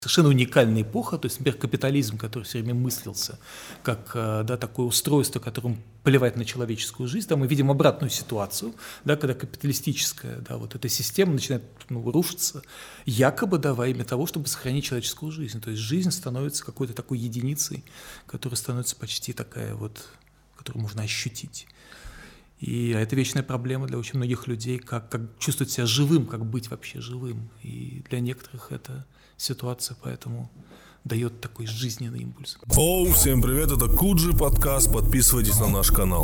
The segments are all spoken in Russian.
совершенно уникальная эпоха, то есть, например, капитализм, который все время мыслился как такое устройство, которым плевать на человеческую жизнь, мы видим обратную ситуацию, когда капиталистическая вот эта система начинает рушиться, якобы во имя того, чтобы сохранить человеческую жизнь. То есть жизнь становится какой-то такой единицей, которая становится почти такая которую можно ощутить. И это вечная проблема для очень многих людей, как чувствовать себя живым, как быть вообще живым. И для некоторых это ситуация, поэтому дает такой жизненный импульс. Всем привет, это Куджи подкаст, подписывайтесь на наш канал.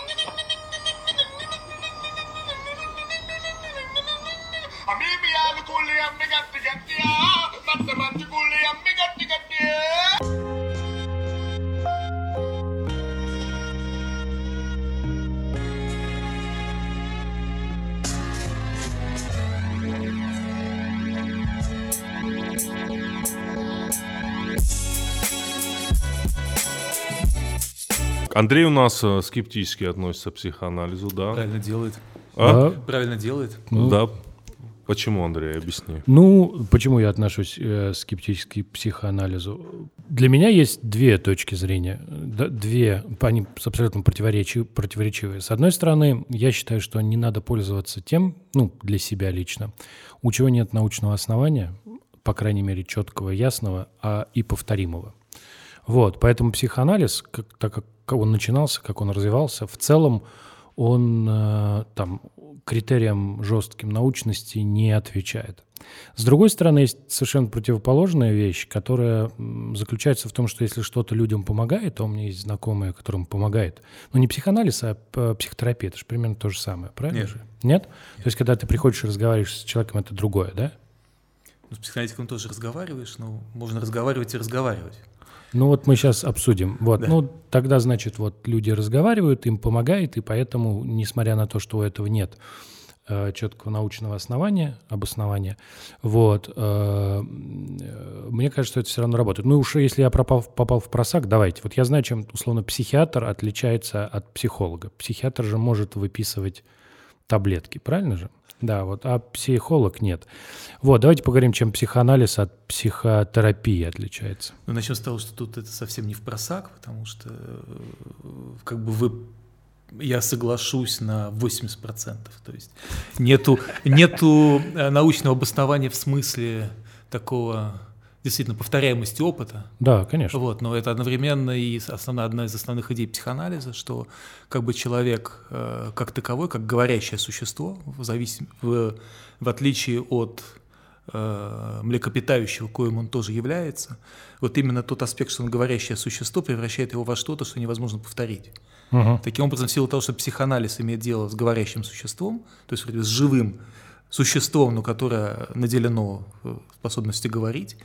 Андрей у нас скептически относится к психоанализу, да? Правильно делает. Правильно делает. Да. Почему, Андрей, объясни. Почему я отношусь скептически к психоанализу? Для меня есть две точки зрения. Они абсолютно противоречивые. С одной стороны, я считаю, что не надо пользоваться тем, для себя лично, у чего нет научного основания, по крайней мере, четкого, ясного, и повторимого. Поэтому психоанализ, так как он начинался, как он развивался, в целом он критериям жестким научности не отвечает. С другой стороны, есть совершенно противоположная вещь, которая заключается в том, что если что-то людям помогает, то у меня есть знакомые, которым помогает. Не психоанализ, а психотерапия. Это же примерно то же самое, правильно? Нет. Же? Нет? То есть, когда ты приходишь и разговариваешь с человеком, это другое, да? С психоаналитиком тоже разговариваешь, можно разговаривать и разговаривать. Мы сейчас обсудим. Да. Тогда, значит, люди разговаривают, им помогает, и поэтому, несмотря на то, что у этого нет четкого научного обоснования, мне кажется, что это все равно работает. Если я попал в просак, давайте. Я знаю, чем, условно, психиатр отличается от психолога. Психиатр же может выписывать таблетки, правильно же? Да, а психолог нет. Давайте поговорим, чем психоанализ от психотерапии отличается. Начнем с того, что тут это совсем не в просак, потому что я соглашусь на 80%. То есть нету научного обоснования в смысле такого действительно повторяемости опыта. Да, конечно. Но это одновременно и одна из основных идей психоанализа, что человек как таковой, как говорящее существо, в отличие от млекопитающего, коим он тоже является, именно тот аспект, что он говорящее существо, превращает его во что-то, что невозможно повторить. Угу. Таким образом, в силу того, что психоанализ имеет дело с говорящим существом, то есть с живым существом, которое наделено способностью говорить,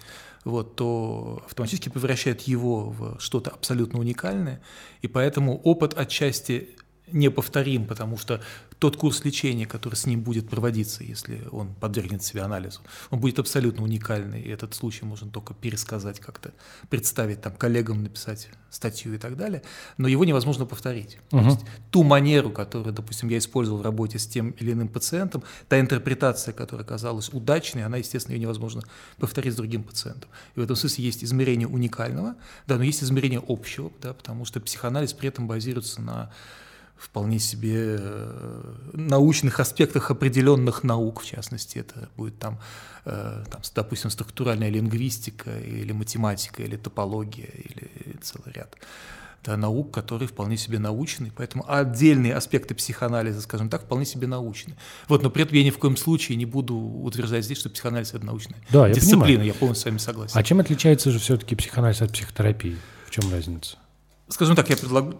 то автоматически превращает его в что-то абсолютно уникальное, и поэтому опыт отчасти неповторим, потому что тот курс лечения, который с ним будет проводиться, если он подвергнет себя анализу, он будет абсолютно уникальный, и этот случай можно только пересказать как-то, представить коллегам, написать статью и так далее, но его невозможно повторить. Угу. То есть ту манеру, которую, допустим, я использовал в работе с тем или иным пациентом, та интерпретация, которая оказалась удачной, она, естественно, ее невозможно повторить с другим пациентом. И в этом смысле есть измерение уникального, но есть измерение общего, потому что психоанализ при этом базируется на вполне себе научных аспектах определенных наук, в частности, это будет допустим, структуральная лингвистика, или математика, или топология, или целый ряд наук, которые вполне себе научны, поэтому отдельные аспекты психоанализа, скажем так, вполне себе научны. Но при этом я ни в коем случае не буду утверждать здесь, что психоанализ – это научная дисциплина, я полностью с вами согласен. А чем отличается же все-таки психоанализ от психотерапии? В чем разница? Скажем так, я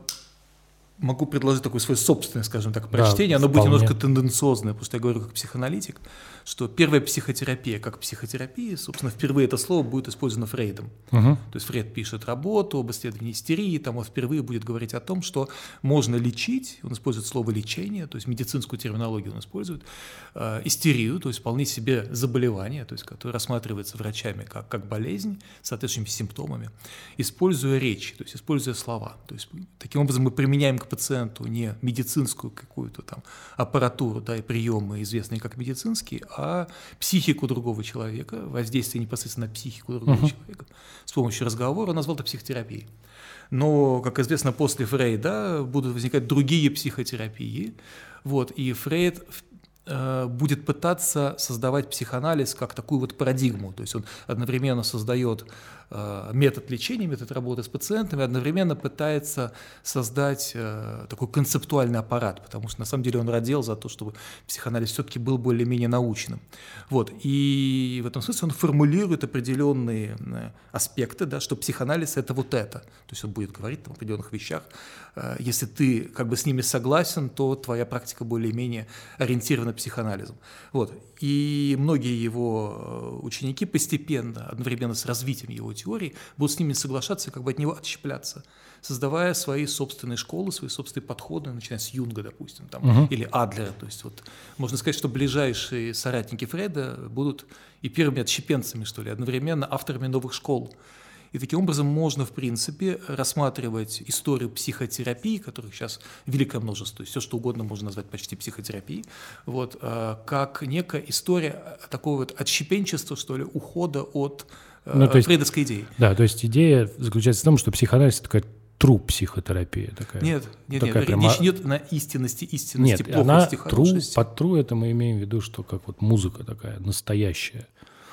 могу предложить такое свое собственное, скажем так, прочтение, оно будет немножко тенденциозное, потому что я говорю как психоаналитик, что первая психотерапия, как психотерапия, собственно, впервые это слово будет использовано Фрейдом. Угу. То есть Фрейд пишет работу об исследовании истерии, он впервые будет говорить о том, что можно лечить, он использует слово лечение, то есть медицинскую терминологию он использует, истерию, то есть вполне себе заболевание, то есть которое рассматривается врачами как болезнь с соответствующими симптомами, используя речь, то есть используя слова. То есть таким образом мы применяем к применять пациенту не медицинскую какую-то там аппаратуру, да, и приемы, известные как медицинские, а психику другого человека, воздействие непосредственно на психику другого человека с помощью разговора, он назвал это психотерапией. Но, как известно, после Фрейда будут возникать другие психотерапии, вот, и Фрейд будет пытаться создавать психоанализ как такую вот парадигму, то есть он одновременно создает метод лечения, метод работы с пациентами, одновременно пытается создать такой концептуальный аппарат, потому что на самом деле он родил за то, чтобы психоанализ все-таки был более-менее научным. Вот. И в этом смысле он формулирует определенные аспекты, да, что психоанализ – это вот это. То есть он будет говорить там, о определенных вещах. Если ты как бы с ними согласен, то твоя практика более-менее ориентирована психоанализом. Вот. И многие его ученики постепенно, одновременно с развитием его теории, будут с ними соглашаться и как бы от него отщепляться, создавая свои собственные школы, свои собственные подходы, начиная с Юнга, допустим, там, или Адлера. То есть вот, можно сказать, что ближайшие соратники Фрейда будут и первыми отщепенцами, что ли, одновременно авторами новых школ. И таким образом можно, в принципе, рассматривать историю психотерапии, которых сейчас великое множество, то есть все, что угодно можно назвать почти психотерапией, вот, как некая история такого вот отщепенчества, что ли, ухода от фрейдовской идеи. Да, то есть идея заключается в том, что психоанализ – это такая true психотерапия. Такая, нет, прямо... речь идет на истинности, нет, плохости, она хорошести. Под true это мы имеем в виду, что как вот музыка такая настоящая.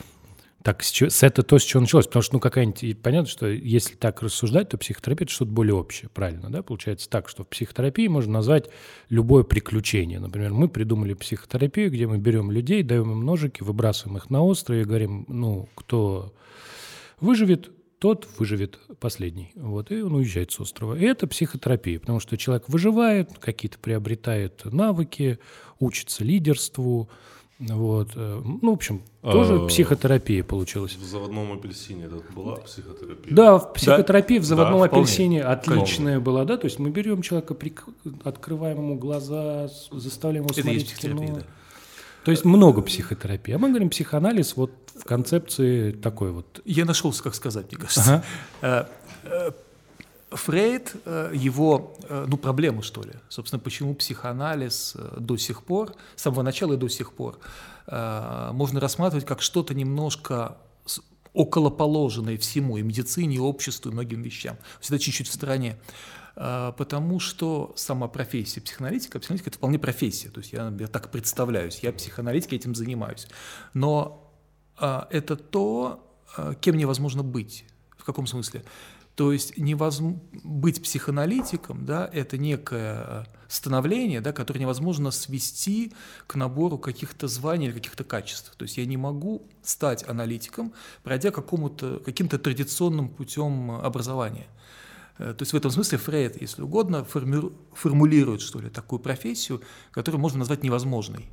Так, это то, с чего началось, потому что, какая-нибудь, понятно, что если так рассуждать, то психотерапия – это что-то более общее, правильно, да? Получается так, что в психотерапии можно назвать любое приключение. Например, мы придумали психотерапию, где мы берем людей, даем им ножики, выбрасываем их на остров и говорим, кто выживет, тот выживет последний. Вот, и он уезжает с острова. И это психотерапия, потому что человек выживает, какие-то приобретает навыки, учится лидерству. Вот. В общем, тоже психотерапия получилась. В «Заводном апельсине» это была психотерапия? Да, в психотерапии в «Заводном вполне. апельсине» отличная была, да, то есть мы берем человека, открываем ему глаза, заставляем его смотреть кино. Да. То есть много психотерапии. А мы говорим психоанализ вот в концепции такой вот. Я нашел, как сказать, мне кажется. Фрейд, его, проблема, что ли, собственно, почему психоанализ до сих пор, с самого начала и до сих пор, можно рассматривать как что-то немножко околоположенное всему, и медицине, и обществу, и многим вещам, всегда чуть-чуть в стороне. Потому что сама профессия психоаналитика – это вполне профессия, то есть я так представляюсь, я психоаналитик, я этим занимаюсь. Но это то, кем невозможно быть. В каком смысле? То есть быть психоаналитиком, да, это некое становление, да, которое невозможно свести к набору каких-то званий или каких-то качеств. То есть я не могу стать аналитиком, пройдя каким-то традиционным путем образования. То есть в этом смысле Фрейд, если угодно, формулирует, что ли, такую профессию, которую можно назвать невозможной.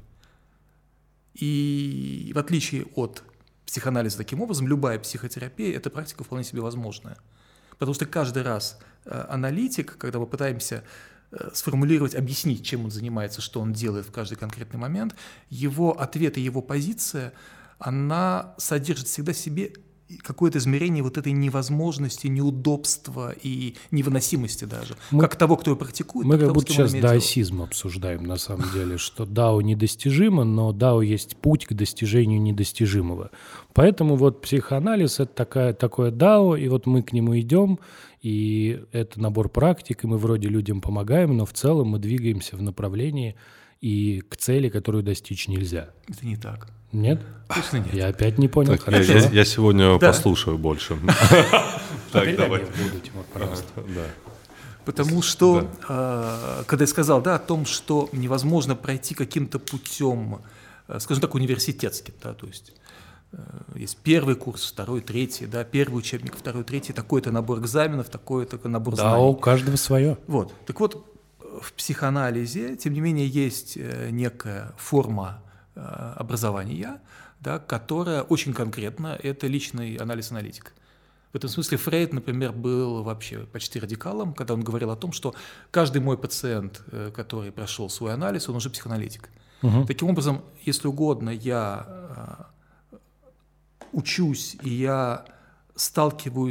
И в отличие от психоанализа таким образом, любая психотерапия – это практика вполне себе возможная. Потому что каждый раз аналитик, когда мы пытаемся сформулировать, объяснить, чем он занимается, что он делает в каждый конкретный момент, его ответ и его позиция, она содержит всегда в себе какое-то измерение вот этой невозможности, неудобства и невыносимости даже. Как того, кто ее практикует. Мы как будто сейчас даосизм обсуждаем, на самом деле, что дао недостижимо, но дао есть путь к достижению недостижимого. Поэтому вот психоанализ – это такое дао, и вот мы к нему идем, и это набор практик, и мы вроде людям помогаем, но в целом мы двигаемся в направлении и к цели, которую достичь нельзя. Это не так. Нет? Точно нет. Я опять не понял. Я сегодня послушаю больше. Так, давай. Пожалуйста. Потому что, когда я сказал, да, о том, что невозможно пройти каким-то путем, скажем так, университетским, да, то есть есть первый курс, второй, третий, да, первый учебник, второй, третий, такой-то набор экзаменов, такой-то набор знаний. Да, у каждого свое. Вот. Так вот, в психоанализе, тем не менее, есть некая форма образования, да, которая очень конкретна, это личный анализ аналитика. В этом смысле Фрейд, например, был вообще почти радикалом, когда он говорил о том, что каждый мой пациент, который прошел свой анализ, он уже психоаналитик. Таким образом, если угодно, я учусь и я сталкиваюсь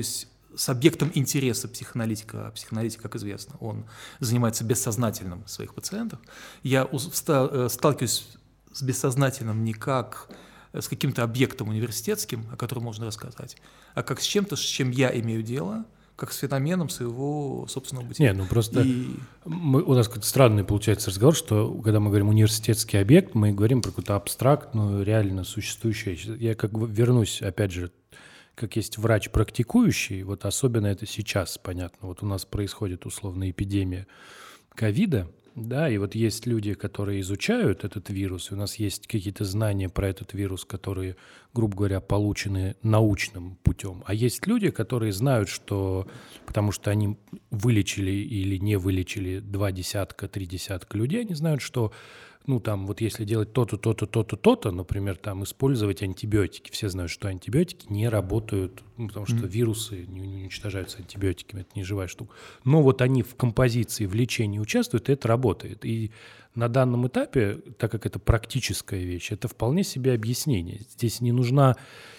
с объектом интереса психоаналитика. Психоаналитик, как известно, он занимается бессознательным своих пациентов. Я сталкиваюсь с бессознательным не как с каким-то объектом университетским, о котором можно рассказать, а как с чем-то, с чем я имею дело, как с феноменом своего собственного бытия. Не, просто у нас какой-то странный получается разговор, что когда мы говорим университетский объект, мы говорим про какую-то абстрактную, реально существующую вещь. Я как бы вернусь, опять же, как есть врач практикующий, вот особенно это сейчас, понятно, вот у нас происходит условно эпидемия ковида, да, и вот есть люди, которые изучают этот вирус, и у нас есть какие-то знания про этот вирус, которые, грубо говоря, получены научным путем. А есть люди, которые знают, что, потому что они вылечили или не вылечили 20-30 людей, они знают, что, ну, там, вот если делать то-то, то-то, то-то, то-то, например, там, использовать антибиотики. Все знают, что антибиотики не работают, ну, потому что вирусы не уничтожаются антибиотиками, это не живая штука. Но вот они в композиции, в лечении участвуют, и это работает. И на данном этапе, так как это практическая вещь, это вполне себе объяснение. Здесь не нужна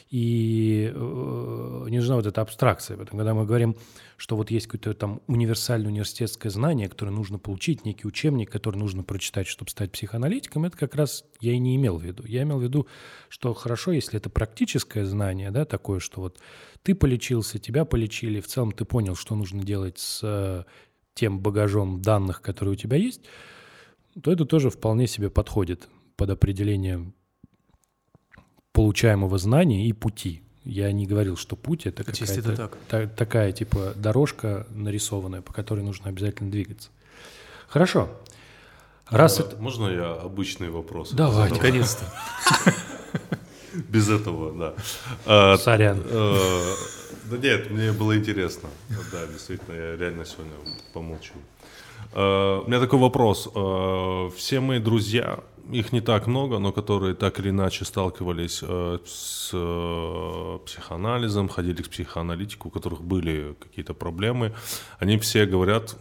вот эта абстракция. Поэтому, когда мы говорим, что вот есть какое-то там универсальное университетское знание, которое нужно получить, некий учебник, который нужно прочитать, чтобы стать психоаналитиком, это как раз я и не имел в виду. Я имел в виду, что хорошо, если это практическое знание, да, такое, что вот ты полечился, тебя полечили, в целом ты понял, что нужно делать с тем багажом данных, которые у тебя есть, то это тоже вполне себе подходит под определение получаемого знания и пути. Я не говорил, что путь — это какая-то такая типа дорожка нарисованная, по которой нужно обязательно двигаться. Хорошо. Можно я обычный вопрос? Давай, наконец-то. Без этого, да. Сорян. Да нет, мне было интересно. Да, действительно, я реально сегодня помолчу. У меня такой вопрос. Все мои друзья, их не так много, но которые так или иначе сталкивались с психоанализом, ходили к психоаналитику, у которых были какие-то проблемы, они все говорят,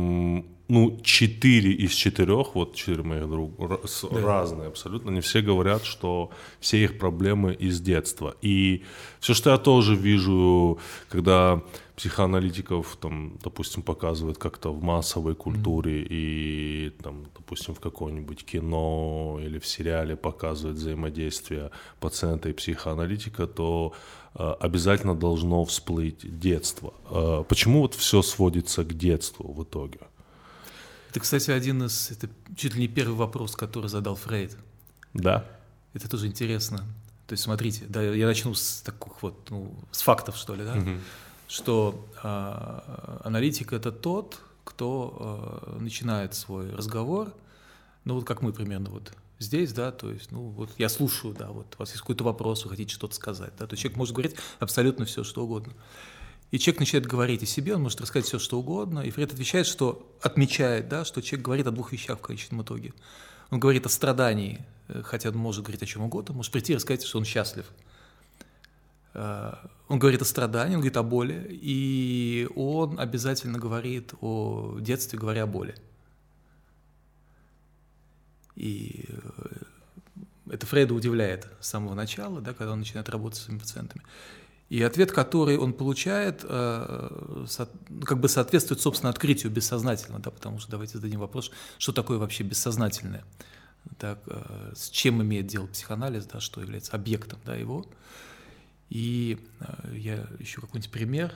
4 из 4, вот 4 моих друга, разные абсолютно, они все говорят, что все их проблемы из детства. И все, что я тоже вижу, когда психоаналитиков, там, допустим, показывают как-то в массовой культуре и, там, допустим, в каком-нибудь кино или в сериале показывают взаимодействие пациента и психоаналитика, то обязательно должно всплыть детство. Почему вот все сводится к детству в итоге? Это, кстати, это чуть ли не первый вопрос, который задал Фрейд. Да. Это тоже интересно. То есть, смотрите, да, я начну с таких вот, с фактов, что ли, да, что аналитик — это тот, кто начинает свой разговор, вот как мы примерно вот здесь, да, то есть, вот я слушаю, да, вот у вас есть какой-то вопрос, вы хотите что-то сказать, да, то человек может говорить абсолютно все, что угодно. И человек начинает говорить о себе, он может рассказать все, что угодно, и Фрейд отмечает, да, что человек говорит о двух вещах в конечном итоге. Он говорит о страдании, хотя он может говорить о чем угодно, может прийти и рассказать, что он счастлив. Он говорит о страдании, он говорит о боли, и он обязательно говорит о детстве, говоря о боли. И это Фрейда удивляет с самого начала, да, когда он начинает работать с своими пациентами. И ответ, который он получает, как бы соответствует, собственно, открытию бессознательного, да, потому что давайте зададим вопрос, что такое вообще бессознательное, так, с чем имеет дело психоанализ, да, что является объектом, да, его. И я ищу какой-нибудь пример.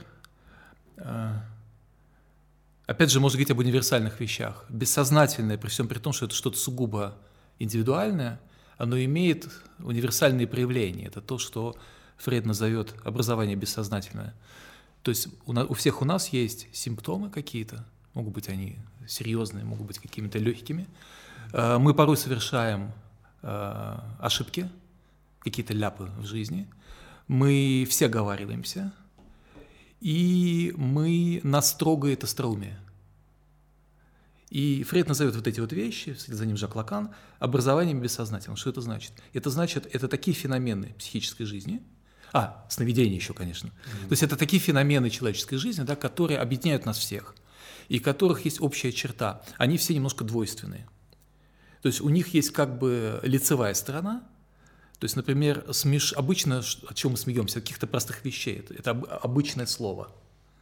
Опять же, можно говорить об универсальных вещах. Бессознательное, при всем при том, что это что-то сугубо индивидуальное, оно имеет универсальные проявления. Это то, что Фрейд назовет образование бессознательное. То есть у всех у нас есть симптомы какие-то, могут быть они серьезные, могут быть какими-то легкими. Мы порой совершаем ошибки, какие-то ляпы в жизни. Мы все оговариваемся, и нас трогает остроумие. И Фрейд назовет вот эти вот вещи, за ним Жак Лакан, образованием бессознательным. Что это значит? Это значит, это такие феномены психической жизни, сновидения еще, конечно. То есть это такие феномены человеческой жизни, да, которые объединяют нас всех, и у которых есть общая черта. Они все немножко двойственные. То есть у них есть как бы лицевая сторона. То есть, например, обычно, о чем мы смеемся, каких-то простых вещей. Это обычное слово.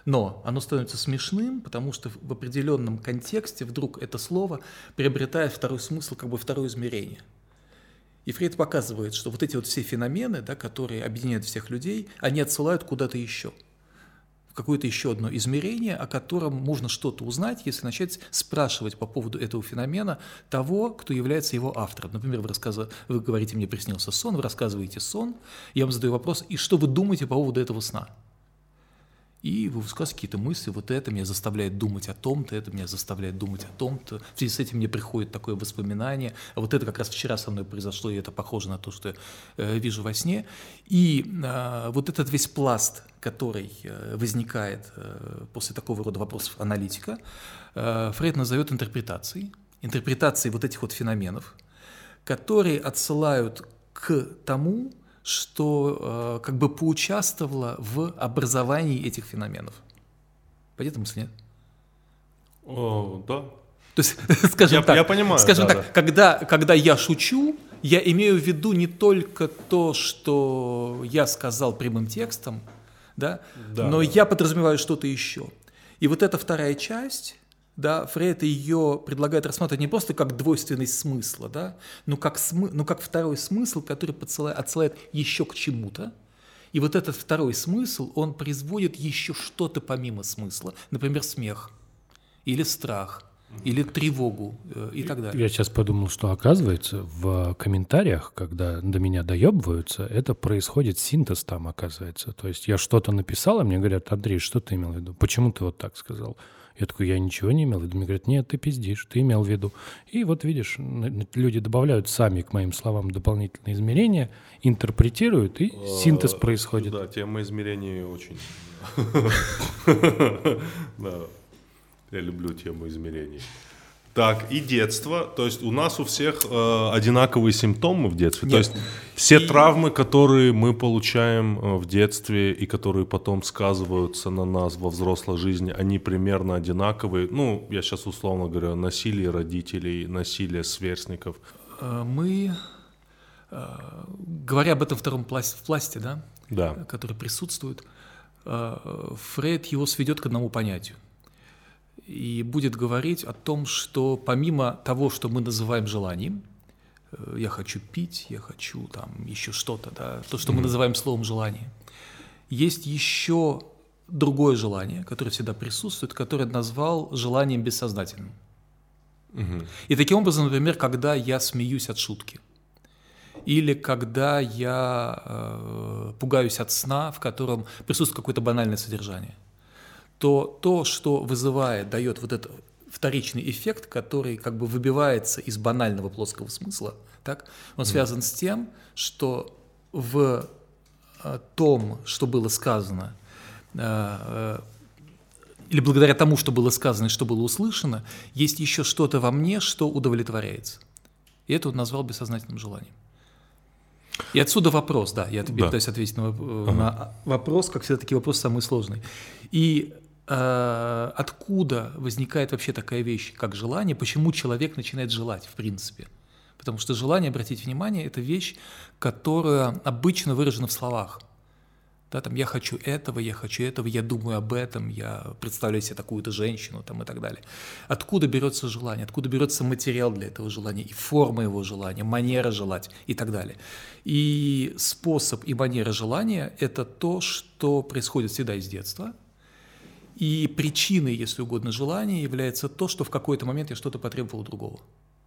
Но оно становится смешным, потому что в определенном контексте вдруг это слово приобретает второй смысл, как бы второе измерение. И Фрейд показывает, что вот эти вот все феномены, да, которые объединяют всех людей, они отсылают куда-то еще, в какое-то еще одно измерение, о котором можно что-то узнать, если начать спрашивать по поводу этого феномена того, кто является его автором. Например, вы говорите, мне приснился сон, вы рассказываете сон, я вам задаю вопрос, и что вы думаете по поводу этого сна? И вы высказываете какие-то мысли, вот это меня заставляет думать о том-то, это меня заставляет думать о том-то. В связи с этим мне приходит такое воспоминание, а вот это как раз вчера со мной произошло, и это похоже на то, что я вижу во сне. И вот этот весь пласт, который возникает после такого рода вопросов аналитика, Фрейд назовет интерпретацией вот этих вот феноменов, которые отсылают к тому, что как бы поучаствовало в образовании этих феноменов. Понятно мысль, нет? Да. То есть, скажем так, я понимаю, когда я шучу, я имею в виду не только то, что я сказал прямым текстом, да, но я подразумеваю что-то еще. И вот эта вторая часть, да, Фрейд ее предлагает рассматривать не просто как двойственность смысла, да, но как второй смысл, который отсылает еще к чему-то. И вот этот второй смысл, он производит еще что-то помимо смысла, например, смех, или страх, или тревогу и так далее. Я сейчас подумал, что оказывается в комментариях, когда до меня доебываются, это происходит синтез там, оказывается. То есть я что-то написал, а мне говорят: Андрей, что ты имел в виду? Почему ты вот так сказал? Я такой: я ничего не имел в виду. Мне говорят: нет, ты пиздишь, ты имел в виду. И вот видишь, люди добавляют сами к моим словам дополнительные измерения, интерпретируют, и синтез происходит. Да, тема измерений очень... Я люблю тему измерений. Так, и детство. То есть у нас у всех одинаковые симптомы в детстве. Нет. То есть все травмы, которые мы получаем в детстве и которые потом сказываются на нас во взрослой жизни, они примерно одинаковые. Ну, я сейчас условно говорю, насилие родителей, насилие сверстников. Мы, говоря об этом втором пласте, да, который присутствует, Фрейд его сведет к одному понятию. И будет говорить о том, что помимо того, что мы называем желанием, я хочу пить, я хочу там еще что-то, да, то, что мы называем словом желание, есть еще другое желание, которое всегда присутствует, которое назвал желанием бессознательным. И таким образом, например, когда я смеюсь от шутки, или когда я пугаюсь от сна, в котором присутствует какое-то банальное содержание, то, что вызывает, дает вот этот вторичный эффект, который как бы выбивается из банального плоского смысла, так, он связан с тем, что в том, что было сказано, или благодаря тому, что было сказано и что было услышано, есть еще что-то во мне, что удовлетворяется. И это он назвал бессознательным желанием. И отсюда вопрос, да, я пытаюсь ответить на вопрос, как всегда, такие вопросы самые сложные. И откуда возникает вообще такая вещь, как желание, почему человек начинает желать, в принципе? Потому что желание, обратите внимание, это вещь, которая обычно выражена в словах. Да, там, я хочу этого, я думаю об этом, я представляю себе такую-то женщину там, и так далее. Откуда берется желание, откуда берется материал для этого желания, и форма его желания, манера желать и так далее. И способ и манера желания – это то, что происходит всегда из детства. И причиной, если угодно, желания является то, что в какой-то момент я что-то потребовал у другого.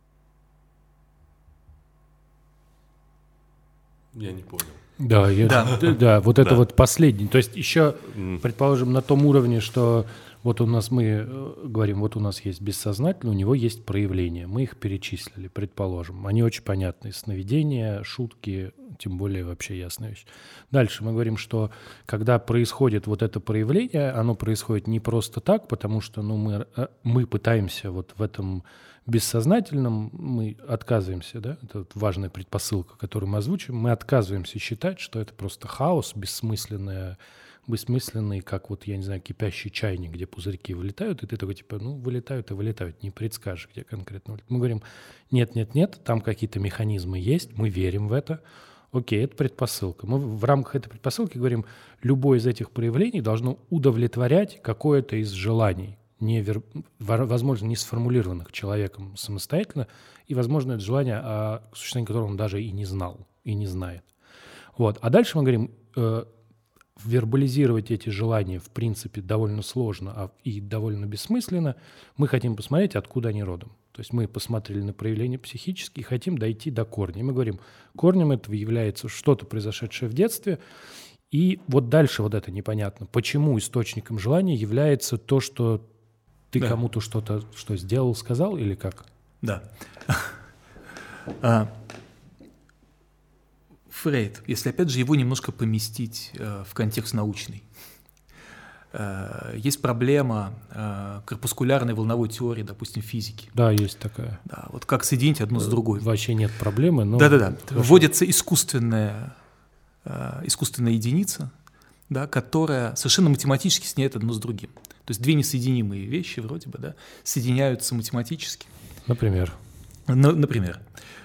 Я не понял. Да, вот это вот последний. То есть еще, предположим, на том уровне, что вот у нас мы говорим, вот у нас есть бессознательное, у него есть проявления. Мы их перечислили, предположим. Они очень понятны. Сновидения, шутки, тем более вообще ясная вещь. Дальше мы говорим, что когда происходит вот это проявление, оно происходит не просто так, потому что мы пытаемся вот в этом бессознательном, мы отказываемся, да, это вот важная предпосылка, которую мы озвучим, мы отказываемся считать, что это просто хаос, бессмысленный, как вот, я не знаю, кипящий чайник, где пузырьки вылетают, и ты такой, типа, вылетают и вылетают, не предскажешь, где конкретно вылетают. Мы говорим, нет, там какие-то механизмы есть, мы верим в это, Окей, это предпосылка. Мы в рамках этой предпосылки говорим, любое из этих проявлений должно удовлетворять какое-то из желаний, возможно, не сформулированных человеком самостоятельно, и, возможно, это желание, о существовании которого он даже и не знал, и не знает. Вот. А дальше мы говорим, вербализировать эти желания, в принципе, довольно сложно и довольно бессмысленно. Мы хотим посмотреть, откуда они родом. То есть мы посмотрели на проявления психические и хотим дойти до корня. И мы говорим, корнем этого является что-то, произошедшее в детстве. И вот дальше вот это непонятно. Почему источником желания является то, что ты кому-то что-то сделал, сказал или как? Да. Фрейд, если опять же его немножко поместить в контекст научный. Есть проблема корпускулярной волновой теории, допустим, физики. Да, есть такая. Да, вот как соединить одно с другой. Вообще нет проблемы, но... Да-да-да. Вводится искусственная единица, да, которая совершенно математически соединяет одно с другим. То есть две несоединимые вещи вроде бы, да, соединяются математически. Например? Например.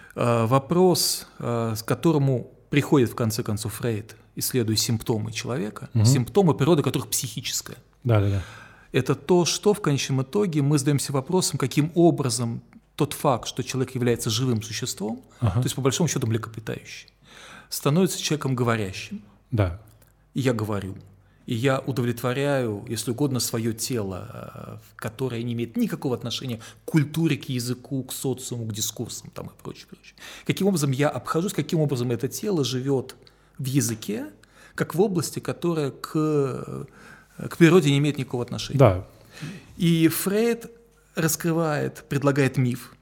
Вопрос, к которому приходит в конце концов Фрейд, исследуя симптомы человека, симптомы, природа которых психическая. Да-да-да. Это то, что в конечном итоге мы задаемся вопросом, каким образом тот факт, что человек является живым существом, то есть по большому счету млекопитающий, становится человеком говорящим. Да. И я говорю. И я удовлетворяю, если угодно, свое тело, которое не имеет никакого отношения к культуре, к языку, к социуму, к дискурсам там, и прочее, прочее. Каким образом я обхожусь, каким образом это тело живет в языке, как в области, которая к природе не имеет никакого отношения. Да. И Фрейд раскрывает, предлагает миф.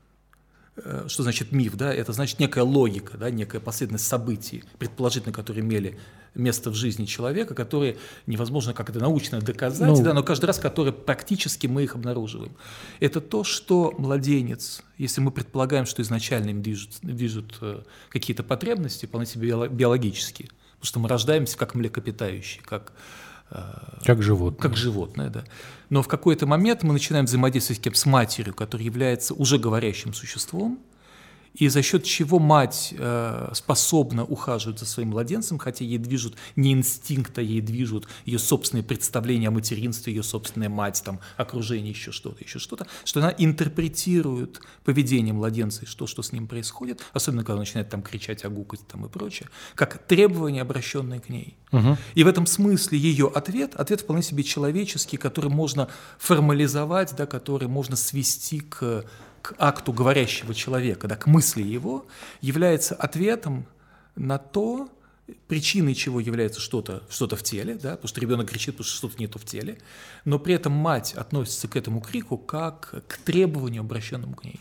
Что значит миф? Да? Это значит некая логика, да? Некая последовательность событий, предположительно, которые имели место в жизни человека, которые невозможно как-то научно доказать, да? Но каждый раз, которые практически мы их обнаруживаем. Это то, что младенец, если мы предполагаем, что изначально им движут какие-то потребности, вполне себе биологические, потому что мы рождаемся как млекопитающие, как животное. Как животное, да. Но в какой-то момент мы начинаем взаимодействовать с матерью, которая является уже говорящим существом, и за счет чего мать способна ухаживать за своим младенцем, хотя ей движут не инстинкт, а ей движут ее собственные представления о материнстве, ее собственная мать, там, окружение, еще что-то, что она интерпретирует поведение младенца и что с ним происходит, особенно когда он начинает там кричать, огукать там, и прочее, как требования, обращенные к ней. И в этом смысле ее ответ вполне себе человеческий, который можно формализовать, да, который можно свести к акту говорящего человека, да, к мысли его, является ответом на то, причиной чего является что-то в теле, да, потому что ребенок кричит, потому что что-то не то в теле, но при этом мать относится к этому крику как к требованию, обращенному к ней.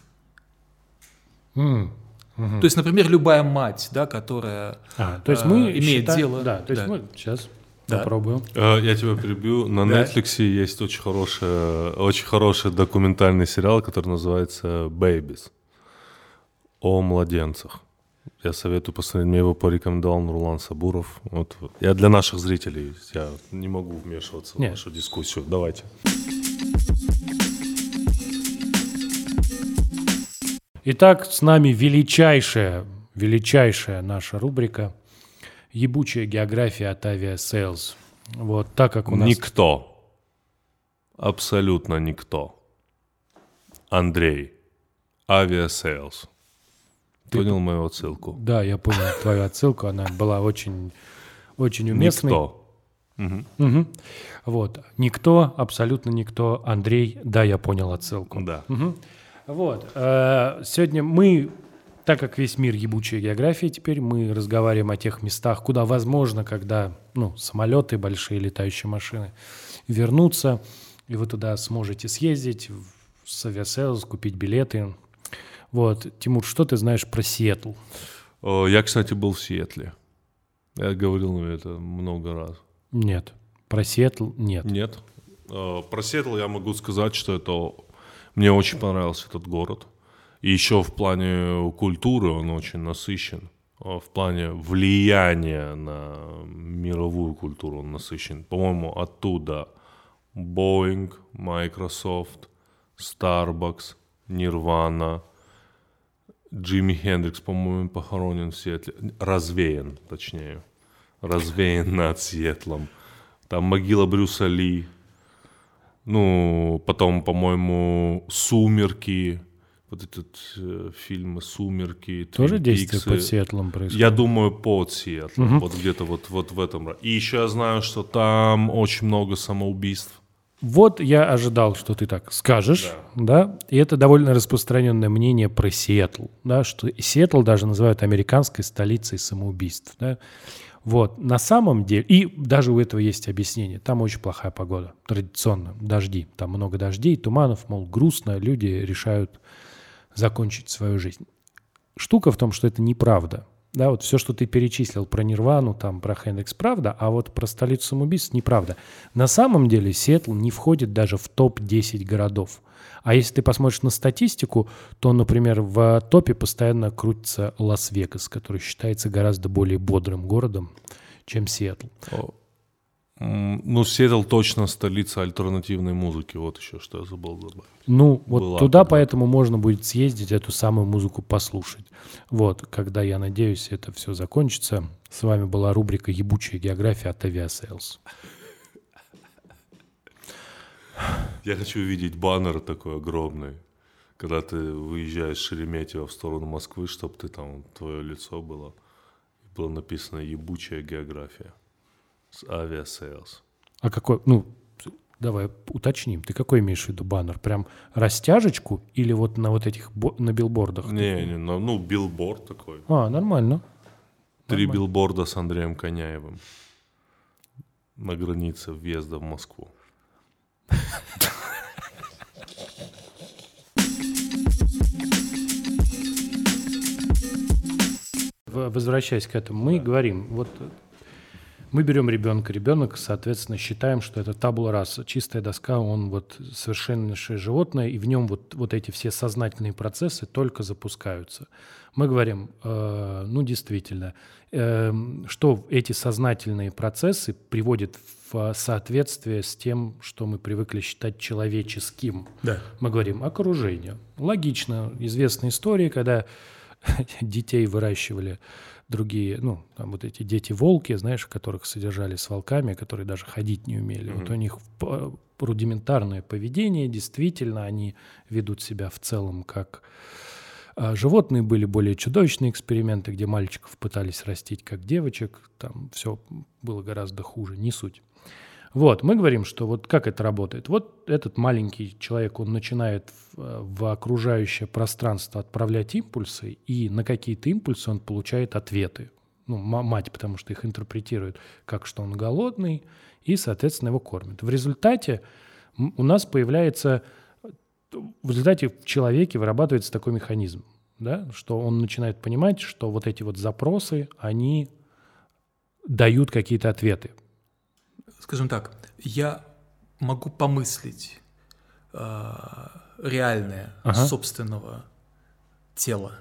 То есть, например, любая мать, да, которая имеет дело... Да, то есть мы сейчас... Попробуем. Я тебя перебью. На Netflix есть очень хороший документальный сериал, который называется «Babies», о младенцах. Я советую посмотреть. Мне его порекомендовал Нурлан Сабуров. Вот. Я для наших зрителей, я не могу вмешиваться в нашу дискуссию. Давайте. Итак, с нами величайшая наша рубрика «Ебучая география от Aviasales». Вот так как у нас... Никто. Абсолютно никто. Андрей. Aviasales. Понял мою отсылку? Да, я понял твою отсылку. Она была очень, очень уместной. Никто. Вот. Никто, абсолютно никто. Андрей, да, я понял отсылку. Да. Вот. Сегодня мы... Так как весь мир ебучая география, теперь мы разговариваем о тех местах, куда возможно, когда самолеты, большие летающие машины вернутся, и вы туда сможете съездить с Aviasales, купить билеты. Вот. Тимур, что ты знаешь про Сиэтл? Я, кстати, был в Сиэтле. Я говорил это много раз. Нет. Про Сиэтл нет. Нет. Про Сиэтл я могу сказать, что мне очень понравился этот город. И еще в плане культуры он очень насыщен. В плане влияния на мировую культуру он насыщен. По-моему, оттуда Джимми Хендрикс, по-моему, похоронен в Сиэтле. Развеян, точнее. Развеян над Сиэтлом. Там могила Брюса Ли. Ну, потом, по-моему, «Сумерки». Вот этот фильм «Сумерки». Тоже «Твин действие Пиксы». под Сиэтлом происходит? Я думаю, под Сиэтлом. Вот где-то вот в этом. И еще я знаю, что там очень много самоубийств. Вот я ожидал, что ты так скажешь, да, и это довольно распространенное мнение про Сиэтл, да, что Сиэтл даже называют американской столицей самоубийств, да. Вот, на самом деле, и даже у этого есть объяснение, там очень плохая погода, традиционно, дожди, там много дождей, туманов, мол, грустно, люди решают закончить свою жизнь. Штука в том, что это неправда. Да, вот все, что ты перечислил про Нирвану, там, про Хендрикс, правда, а вот про столицу самоубийств неправда. На самом деле Сиэтл не входит даже в топ-10 городов. А если ты посмотришь на статистику, то, например, в топе постоянно крутится Лас-Вегас, который считается гораздо более бодрым городом, чем Сиэтл. Ну, Сиэтл точно столица альтернативной музыки. Вот еще что я забыл добавить. Ну, вот Была туда когда-то. поэтому можно будет съездить, эту самую музыку послушать. Вот, когда, я надеюсь, это все закончится. С вами была рубрика «Ебучая география» от Aviasales. Я хочу увидеть баннер такой огромный, когда ты выезжаешь с Шереметьево в сторону Москвы, чтобы ты там, твое лицо было написано «Ебучая география» с Aviasales. А какой, ну, давай уточним, ты какой имеешь в виду баннер? Прям растяжечку или вот на вот этих, на билбордах? Не, ну, билборд такой. Нормально. 3 билборда с Андреем Коняевым на границе въезда в Москву. Возвращаясь к этому, мы говорим, вот мы берем ребенок, соответственно, считаем, что это табула раса, чистая доска, он вот совершеннейшее животное, и в нем вот эти все сознательные процессы только запускаются. Мы говорим, ну, действительно, что эти сознательные процессы приводят в соответствие с тем, что мы привыкли считать человеческим. Да. Мы говорим окружение. Логично, известная история, когда детей выращивали другие, ну, там вот эти дети-волки, знаешь, которых содержали с волками, которые даже ходить не умели. Вот у них рудиментарное поведение, действительно, они ведут себя в целом как животные. Были более чудовищные эксперименты, где мальчиков пытались растить как девочек, там все было гораздо хуже, не суть. Вот, мы говорим, что вот как это работает. Вот этот маленький человек, он начинает в окружающее пространство отправлять импульсы, и на какие-то импульсы он получает ответы. Ну, мать, потому что их интерпретирует как, что он голодный, и, соответственно, его кормят. В результате у нас появляется, в результате в человеке вырабатывается такой механизм, да, что он начинает понимать, что вот эти вот запросы, они дают какие-то ответы. Скажем так, я могу помыслить реальное собственного тела,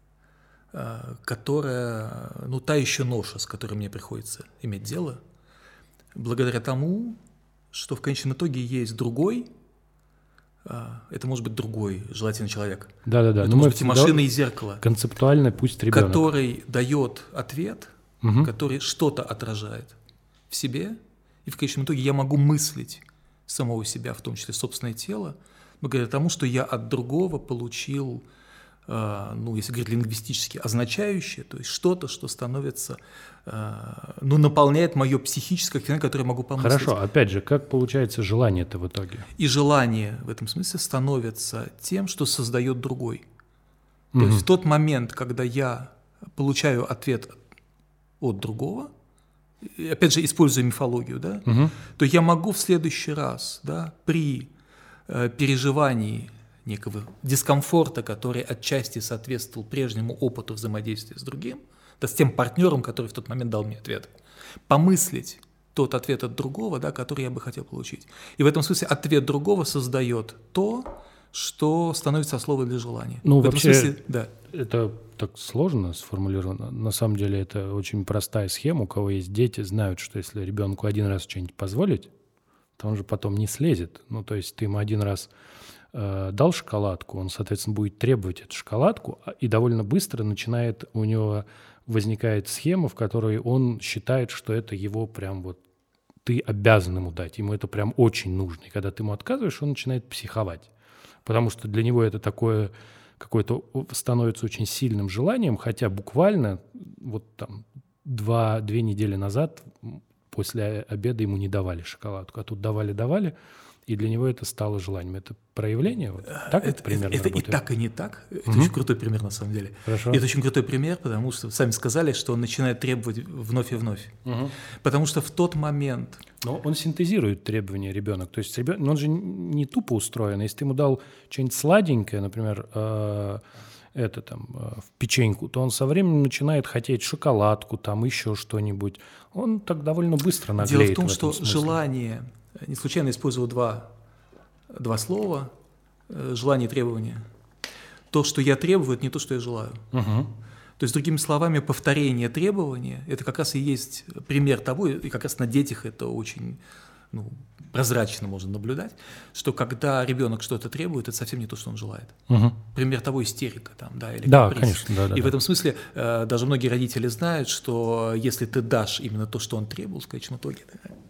которое, ну, та еще ноша, с которой мне приходится иметь дело, благодаря тому, что в конечном итоге есть другой, это может быть другой, желательно человек. Да-да-да. Это может быть и машина, и зеркало. Концептуально пусть ребенок. Который дает ответ, который что-то отражает в себе, и в конечном итоге я могу мыслить самого себя, в том числе собственное тело, благодаря тому, что я от другого получил, ну, если говорить лингвистически, означающее, то есть что-то, что становится, ну, наполняет мое психическое состояние, которое я могу помыслить. Хорошо, опять же, как получается желание-то в итоге? И желание в этом смысле становится тем, что создает другой. То есть в тот момент, когда я получаю ответ от другого, опять же, используя мифологию, да, то я могу в следующий раз, да, при переживании некого дискомфорта, который отчасти соответствовал прежнему опыту взаимодействия с другим, да, с тем партнером, который в тот момент дал мне ответ, помыслить тот ответ от другого, да, который я бы хотел получить. И в этом смысле ответ другого создает то, что становится основой для желания. Ну, в этом вообще, смысле, да. Это так сложно сформулировано. На самом деле это очень простая схема. У кого есть дети, знают, что если ребенку один раз что-нибудь позволить, то он же потом не слезет. Ну, то есть ты ему один раз дал шоколадку, он, соответственно, будет требовать эту шоколадку, и довольно быстро у него возникает схема, в которой он считает, что это его прям вот ты обязан ему дать, ему это прям очень нужно. И когда ты ему отказываешь, он начинает психовать, потому что для него это такое какое-то становится очень сильным желанием, хотя буквально вот там 2 недели назад после обеда ему не давали шоколадку, а тут давали, и для него это стало желанием. Это проявление? Вот, так это примерно это работает? И так, и не так. Это очень крутой пример, на самом деле. Хорошо. Это очень крутой пример, потому что сами сказали, что он начинает требовать вновь и вновь. Потому что в тот момент... Но он синтезирует требования ребенок. То есть он же не тупо устроен. Если ты ему дал что-нибудь сладенькое, например, в печеньку, то он со временем начинает хотеть шоколадку, там еще что-нибудь. Он так довольно быстро наглеет. Дело в том, что желание... Не случайно использовал два слова желание и требование. То, что я требую, это не то, что я желаю. То есть, другими словами, повторение требования – это как раз и есть пример того, и как раз на детях это очень прозрачно можно наблюдать, что когда ребенок что-то требует, это совсем не то, что он желает. Пример того – истерика там, да, или да, каприз. конечно. Да, и в этом смысле даже многие родители знают, что если ты дашь именно то, что он требовал, в конечном итоге,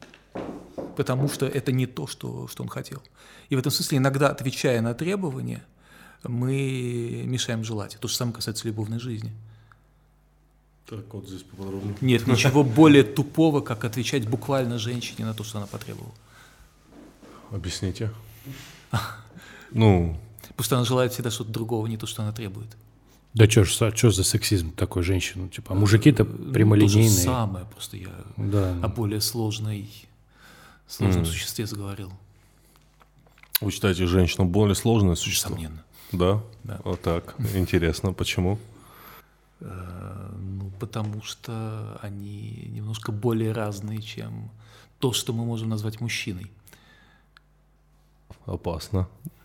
потому что это не то, что он хотел. И в этом смысле иногда, отвечая на требования, мы мешаем желать. То же самое касается любовной жизни. Так, вот здесь поподробнее. Нет ничего более тупого, как отвечать буквально женщине на то, что она потребовала. Объясните. Потому что она желает всегда что-то другого, не то, что она требует. Да что за сексизм такой женщины? Типа, мужики-то прямолинейные. То же самое, просто я о более сложном существе заговорил. Вы считаете, женщина более сложное существо? Несомненно. Да? Да. Вот так. Интересно. Почему? Потому что они немножко более разные, чем то, что мы можем назвать мужчиной. Опасно.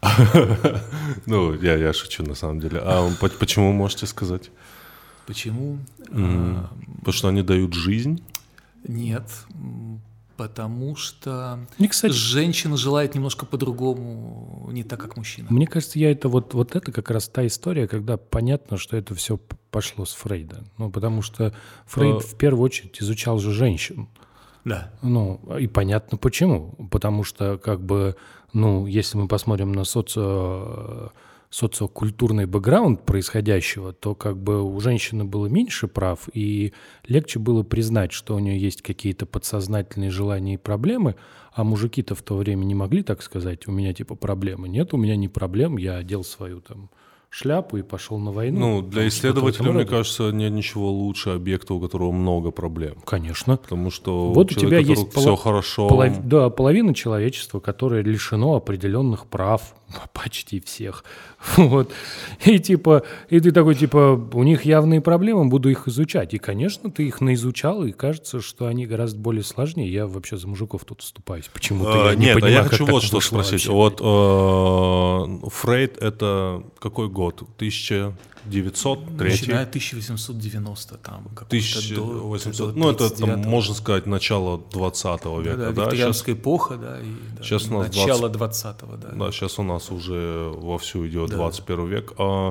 Я шучу на самом деле. А почему, можете сказать? Почему? Потому что они дают жизнь? Нет, потому что кстати, женщина желает немножко по-другому, не так, как мужчина. Мне кажется, вот это как раз та история, когда понятно, что это все пошло с Фрейда. Потому что Фрейд в первую очередь изучал же женщин. Да. И понятно почему. Потому что, если мы посмотрим на социокультурный бэкграунд происходящего, то у женщины было меньше прав, и легче было признать, что у нее есть какие-то подсознательные желания и проблемы, а мужики-то в то время не могли так сказать: у меня проблемы. Нет, у меня не проблем, я одел свою шляпу и пошел на войну. Для исследователя, мне кажется, нет ничего лучше объекта, у которого много проблем. Конечно. Потому что вот у тебя есть все хорошо. Половина человечества, которое лишено определенных прав, почти всех. Вот. И ты такой, у них явные проблемы, буду их изучать. И, конечно, ты их наизучал, и кажется, что они гораздо более сложнее. Я вообще за мужиков тут вступаюсь. Почему-то я не понимаю, я хочу вот что спросить. Фрейд — это какой год? 1903? Начиная 1890, там, 1800, это, можно сказать, начало 20 века. Да, викторианская эпоха, да, и сейчас начало 20-го. Да, сейчас у нас уже вовсю идет 21 век.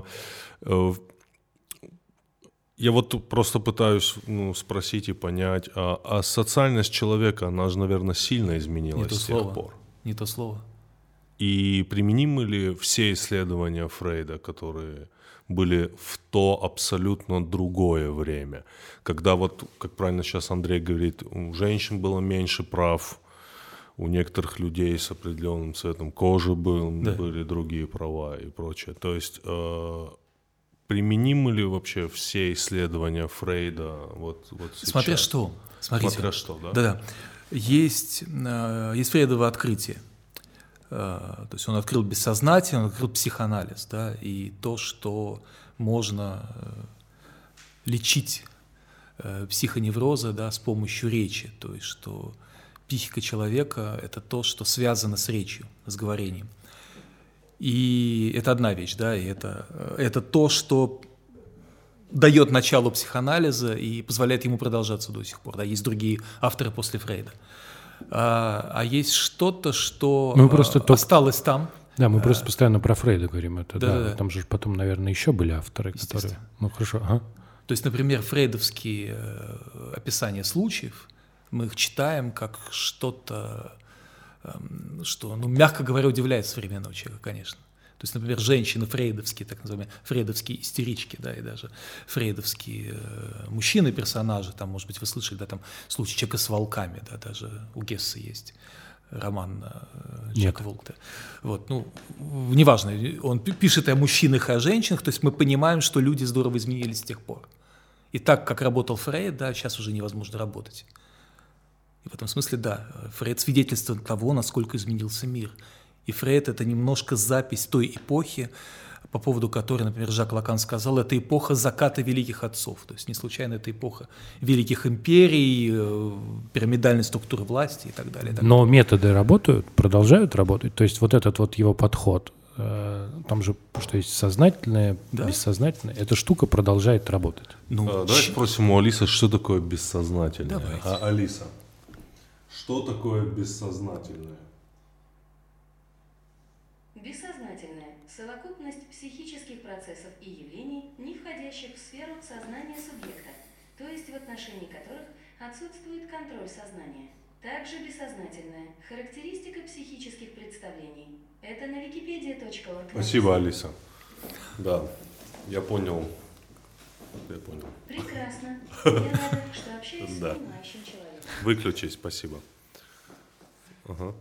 Я вот просто пытаюсь спросить и понять, а социальность человека, она же, наверное, сильно изменилась с тех пор. Не то слово. И применимы ли все исследования Фрейда, которые были в то абсолютно другое время, когда как правильно сейчас Андрей говорит, у женщин было меньше прав, у некоторых людей с определенным цветом кожи были другие права и прочее. То есть применимы ли вообще все исследования Фрейда вот сейчас? Смотря что. Смотрите. Смотря что, да? Да. Есть Фрейдово открытие. То есть он открыл бессознательно, он открыл психоанализ, да, и то, что можно лечить психоневрозы, да, с помощью речи, то есть что психика человека – это то, что связано с речью, с говорением. И это одна вещь, да, и это то, что дает начало психоанализа и позволяет ему продолжаться до сих пор. Да, есть другие авторы после Фрейда. А есть что-то, что осталось там. Да, мы просто постоянно про Фрейда говорим. Это, да. Там же потом, наверное, еще были авторы, которые... Ну, хорошо, ага. То есть, например, фрейдовские описания случаев, мы их читаем как что-то, что, ну, мягко говоря, удивляет современного человека, конечно. То есть, например, женщины фрейдовские, так называемые фрейдовские истерички, да, и даже фрейдовские мужчины-персонажи, там, может быть, вы слышали, да, там, случай «Человека с волками», да, даже у Гесса есть роман «Человек-волк». Да. Вот, ну, неважно, он пишет и о мужчинах, и о женщинах, то есть мы понимаем, что люди здорово изменились с тех пор. И так, как работал Фрейд, да, сейчас уже невозможно работать. И в этом смысле, да, Фрейд свидетельствует того, насколько изменился мир. И Фрейд – это немножко запись той эпохи, по поводу которой, например, Жак Лакан сказал, это эпоха заката великих отцов. То есть не случайно это эпоха великих империй, пирамидальной структуры власти и так далее. Но методы работают, продолжают работать. То есть вот этот вот его подход, там же, что есть сознательное, да? Бессознательное, эта штука продолжает работать. Ну, давайте спросим у Алисы, что такое бессознательное. Давайте. Алиса, что такое бессознательное? Бессознательное – совокупность психических процессов и явлений, не входящих в сферу сознания субъекта, то есть в отношении которых отсутствует контроль сознания. Также бессознательное – характеристика психических представлений. Это на wikipedia.org. Спасибо, Алиса. Да, я понял. Прекрасно. Я рада, что общаюсь с понимающим человеком. Выключись, спасибо. Ага.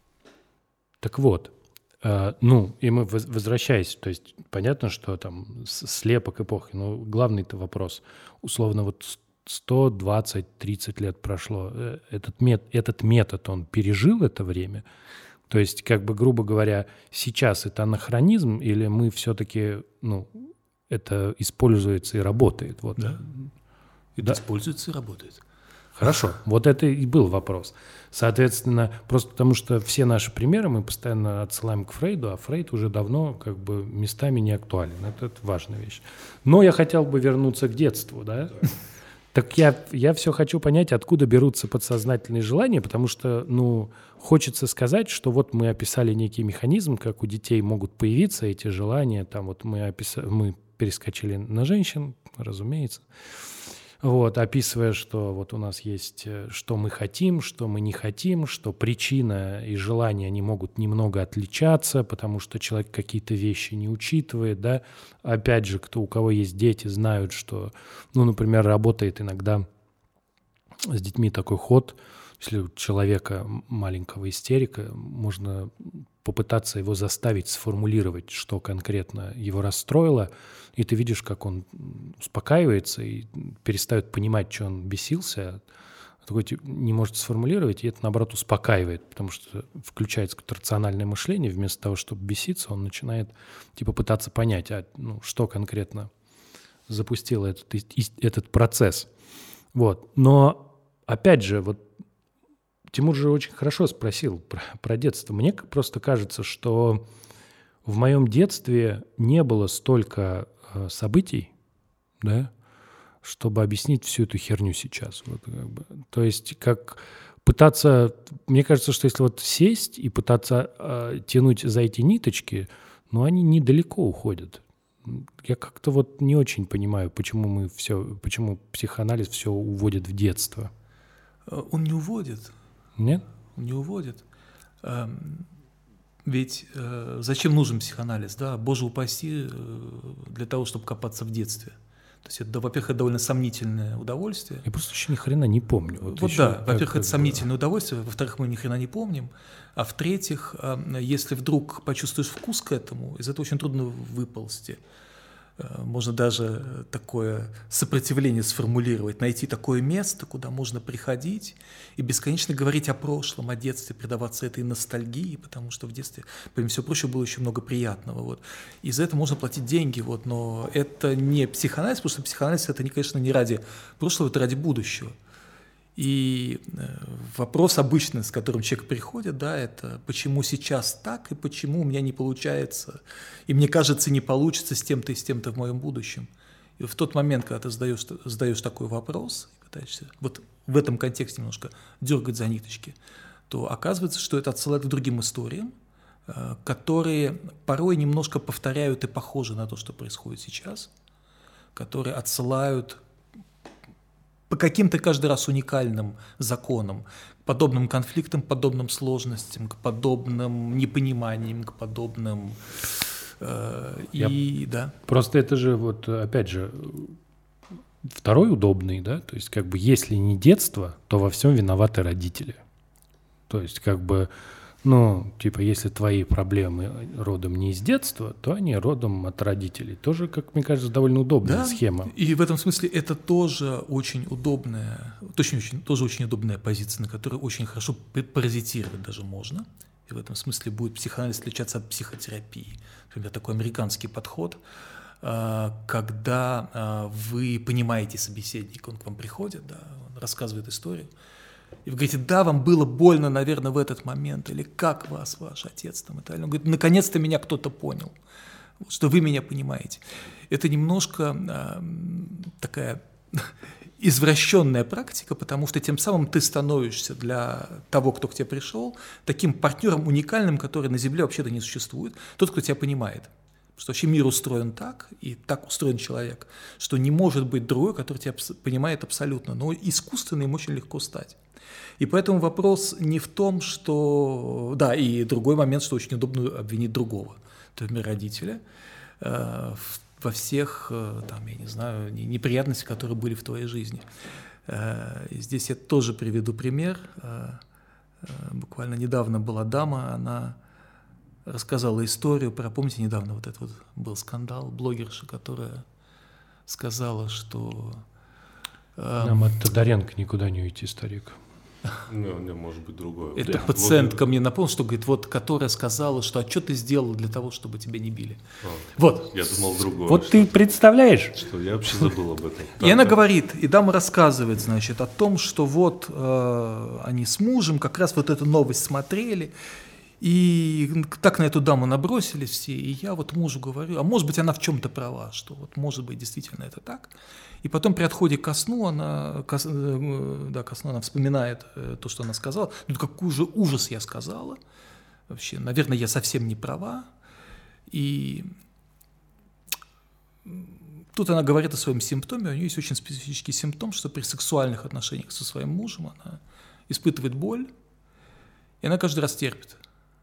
Так вот, ну, и мы, возвращаясь, то есть понятно, что там слепок эпохи, но главный-то вопрос, условно, вот 120-30 лет прошло, этот метод, он пережил это время? То есть, как бы, грубо говоря, сейчас это анахронизм или мы все-таки, ну, это используется и работает? Вот. Да, это используется и работает. Хорошо, вот это и был вопрос. Соответственно, просто потому что все наши примеры мы постоянно отсылаем к Фрейду, а Фрейд уже давно как бы местами не актуален. Это важная вещь. Но я хотел бы вернуться к детству, да? Так я все хочу понять, откуда берутся подсознательные желания, потому что, ну, хочется сказать, что вот мы описали некий механизм, как у детей могут появиться эти желания, там вот мы перескочили на женщин, разумеется, вот, описывая, что вот у нас есть, что мы хотим, что мы не хотим, что причина и желание, они могут немного отличаться, потому что человек какие-то вещи не учитывает, да. Опять же, у кого есть дети, знают, что, ну, например, работает иногда с детьми такой ход, если у человека маленького истерика, можно попытаться его заставить сформулировать, что конкретно его расстроило, и ты видишь, как он успокаивается и перестает понимать, что он бесился, такой не может сформулировать, и это, наоборот, успокаивает, потому что включается какое-то рациональное мышление, вместо того, чтобы беситься, он начинает типа пытаться понять, что конкретно запустило этот процесс. Вот. Но, опять же, вот Тимур же очень хорошо спросил про детство. Мне просто кажется, что в моем детстве не было столько событий, да, чтобы объяснить всю эту херню сейчас. Вот, как бы. То есть как пытаться... Мне кажется, что если вот сесть и пытаться тянуть за эти ниточки, ну, они недалеко уходят. Я как-то вот не очень понимаю, почему психоанализ все уводит в детство. Он не уводит. Нет? Не уводит. Ведь зачем нужен психоанализ? Да? Боже упаси, для того, чтобы копаться в детстве. То есть это, во-первых, это довольно сомнительное удовольствие. Я просто еще ни хрена не помню. Вот да, во-первых, это сомнительное удовольствие, во-вторых, мы ни хрена не помним, а в-третьих, если вдруг почувствуешь вкус к этому, из этого очень трудно выползти. Можно даже такое сопротивление сформулировать, найти такое место, куда можно приходить и бесконечно говорить о прошлом, о детстве, предаваться этой ностальгии, потому что в детстве, помимо всего прочего, было еще много приятного. Вот. И за это можно платить деньги, вот, но это не психоанализ, потому что психоанализ – это, конечно, не ради прошлого, это ради будущего. И вопрос обычный, с которым человек приходит, да, это почему сейчас так и почему у меня не получается, и мне кажется, не получится с тем-то и с тем-то в моем будущем. И в тот момент, когда ты задаешь такой вопрос, пытаешься вот в этом контексте немножко дергать за ниточки, то оказывается, что это отсылает к другим историям, которые порой немножко повторяют и похожи на то, что происходит сейчас, которые отсылают по каким-то каждый раз уникальным законам, к подобным конфликтам, подобным сложностям, к подобным непониманиям, к подобным... да. Просто это же, вот опять же, второй удобный, да, то есть как бы если не детство, то во всем виноваты родители. То есть как бы, ну, типа, если твои проблемы родом не из детства, то они родом от родителей. Тоже, как мне кажется, довольно удобная схема. И в этом смысле это тоже очень удобная, тоже очень удобная позиция, на которой очень хорошо паразитировать даже можно. И в этом смысле будет психоанализ отличаться от психотерапии. Например, такой американский подход, когда вы понимаете собеседника, он к вам приходит, да, он рассказывает историю, и вы говорите, да, вам было больно, наверное, в этот момент, или как вас, ваш отец, там, и так далее. Он говорит, наконец-то меня кто-то понял, что вы меня понимаете. Это немножко такая извращенная практика, потому что тем самым ты становишься для того, кто к тебе пришел, таким партнером уникальным, который на Земле вообще-то не существует, тот, кто тебя понимает. Потому что вообще мир устроен так, и так устроен человек, что не может быть другой, который тебя понимает абсолютно, но искусственно им очень легко стать. И поэтому вопрос не в том, что... Да, и другой момент, что очень удобно обвинить другого, например, родителя, во всех, там, я не знаю, неприятностях, которые были в твоей жизни. И здесь я тоже приведу пример. Буквально недавно была дама, она рассказала историю про, помните, недавно вот этот вот был скандал, блогерша, которая сказала, что... Нам от Тодоренко никуда не уйти, старик. Не, может быть, другое. Это пациентка мне напомнила, что, говорит, вот, которая сказала, что а что ты сделал для того, чтобы тебя не били? Вот. Я думал другое. Вот ты представляешь? Что я вообще забыл об этом. И она говорит, и дама рассказывает, значит, о том, что вот они с мужем как раз вот эту новость смотрели, и так на эту даму набросились все, и я вот мужу говорю, а может быть, она в чем-то права, что вот может быть, действительно это так. И потом при отходе ко сну она вспоминает то, что она сказала. Ну, какой же ужас я сказала. Вообще, наверное, я совсем не права. И тут она говорит о своем симптоме. У нее есть очень специфический симптом, что при сексуальных отношениях со своим мужем она испытывает боль, и она каждый раз терпит.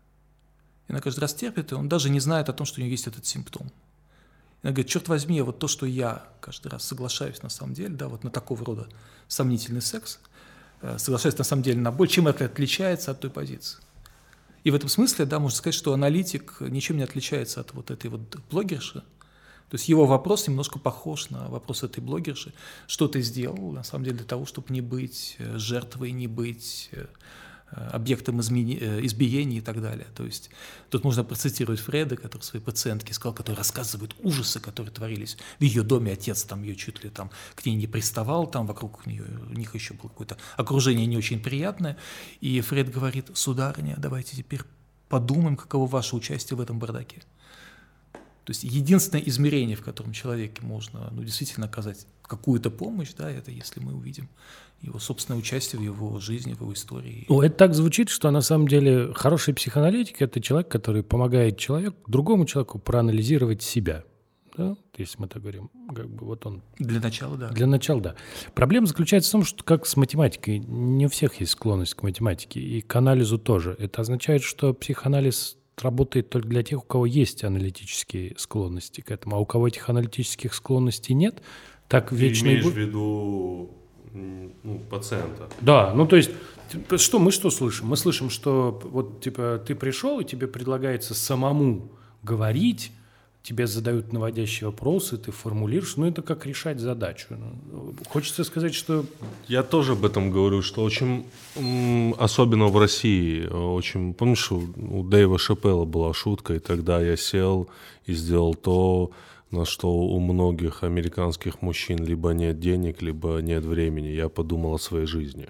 И он даже не знает о том, что у нее есть этот симптом. Она говорит, черт возьми, вот то, что я каждый раз соглашаюсь на самом деле, да, вот на такого рода сомнительный секс, соглашаюсь на самом деле на боль, чем это отличается от той позиции. И в этом смысле, да, можно сказать, что аналитик ничем не отличается от вот этой вот блогерши. То есть его вопрос немножко похож на вопрос этой блогерши. Что ты сделал, на самом деле, для того, чтобы не быть жертвой, не быть объектом избиений и так далее. То есть тут можно процитировать Фрейда, который своей пациентке сказал, который рассказывает ужасы, которые творились в ее доме. Отец там ее чуть ли там к ней не приставал, там вокруг у них еще было какое-то окружение не очень приятное. И Фрейд говорит, сударыня, давайте теперь подумаем, каково ваше участие в этом бардаке. То есть единственное измерение, в котором человеке можно действительно оказать какую-то помощь, да, это если мы увидим его собственное участие в его жизни, в его истории. Ну, это так звучит, что на самом деле хороший психоаналитик – это человек, который помогает другому человеку проанализировать себя. Да? Если мы так говорим, как бы вот он… Для начала, да. Для начала, да. Проблема заключается в том, что как с математикой, не у всех есть склонность к математике, и к анализу тоже. Это означает, что психоанализ работает только для тех, у кого есть аналитические склонности к этому, а у кого этих аналитических склонностей нет, так вечно… Ты имеешь в виду пациента? Да, ну то есть, мы что слышим? Мы слышим, что вот типа ты пришел, и тебе предлагается самому говорить, тебе задают наводящие вопросы, ты формулируешь, это как решать задачу. Хочется сказать, что… Я тоже об этом говорю, что очень, особенно в России, очень… Помнишь, у Дэйва Шапелла была шутка, и тогда я сел и сделал то, на что у многих американских мужчин либо нет денег, либо нет времени. Я подумал о своей жизни.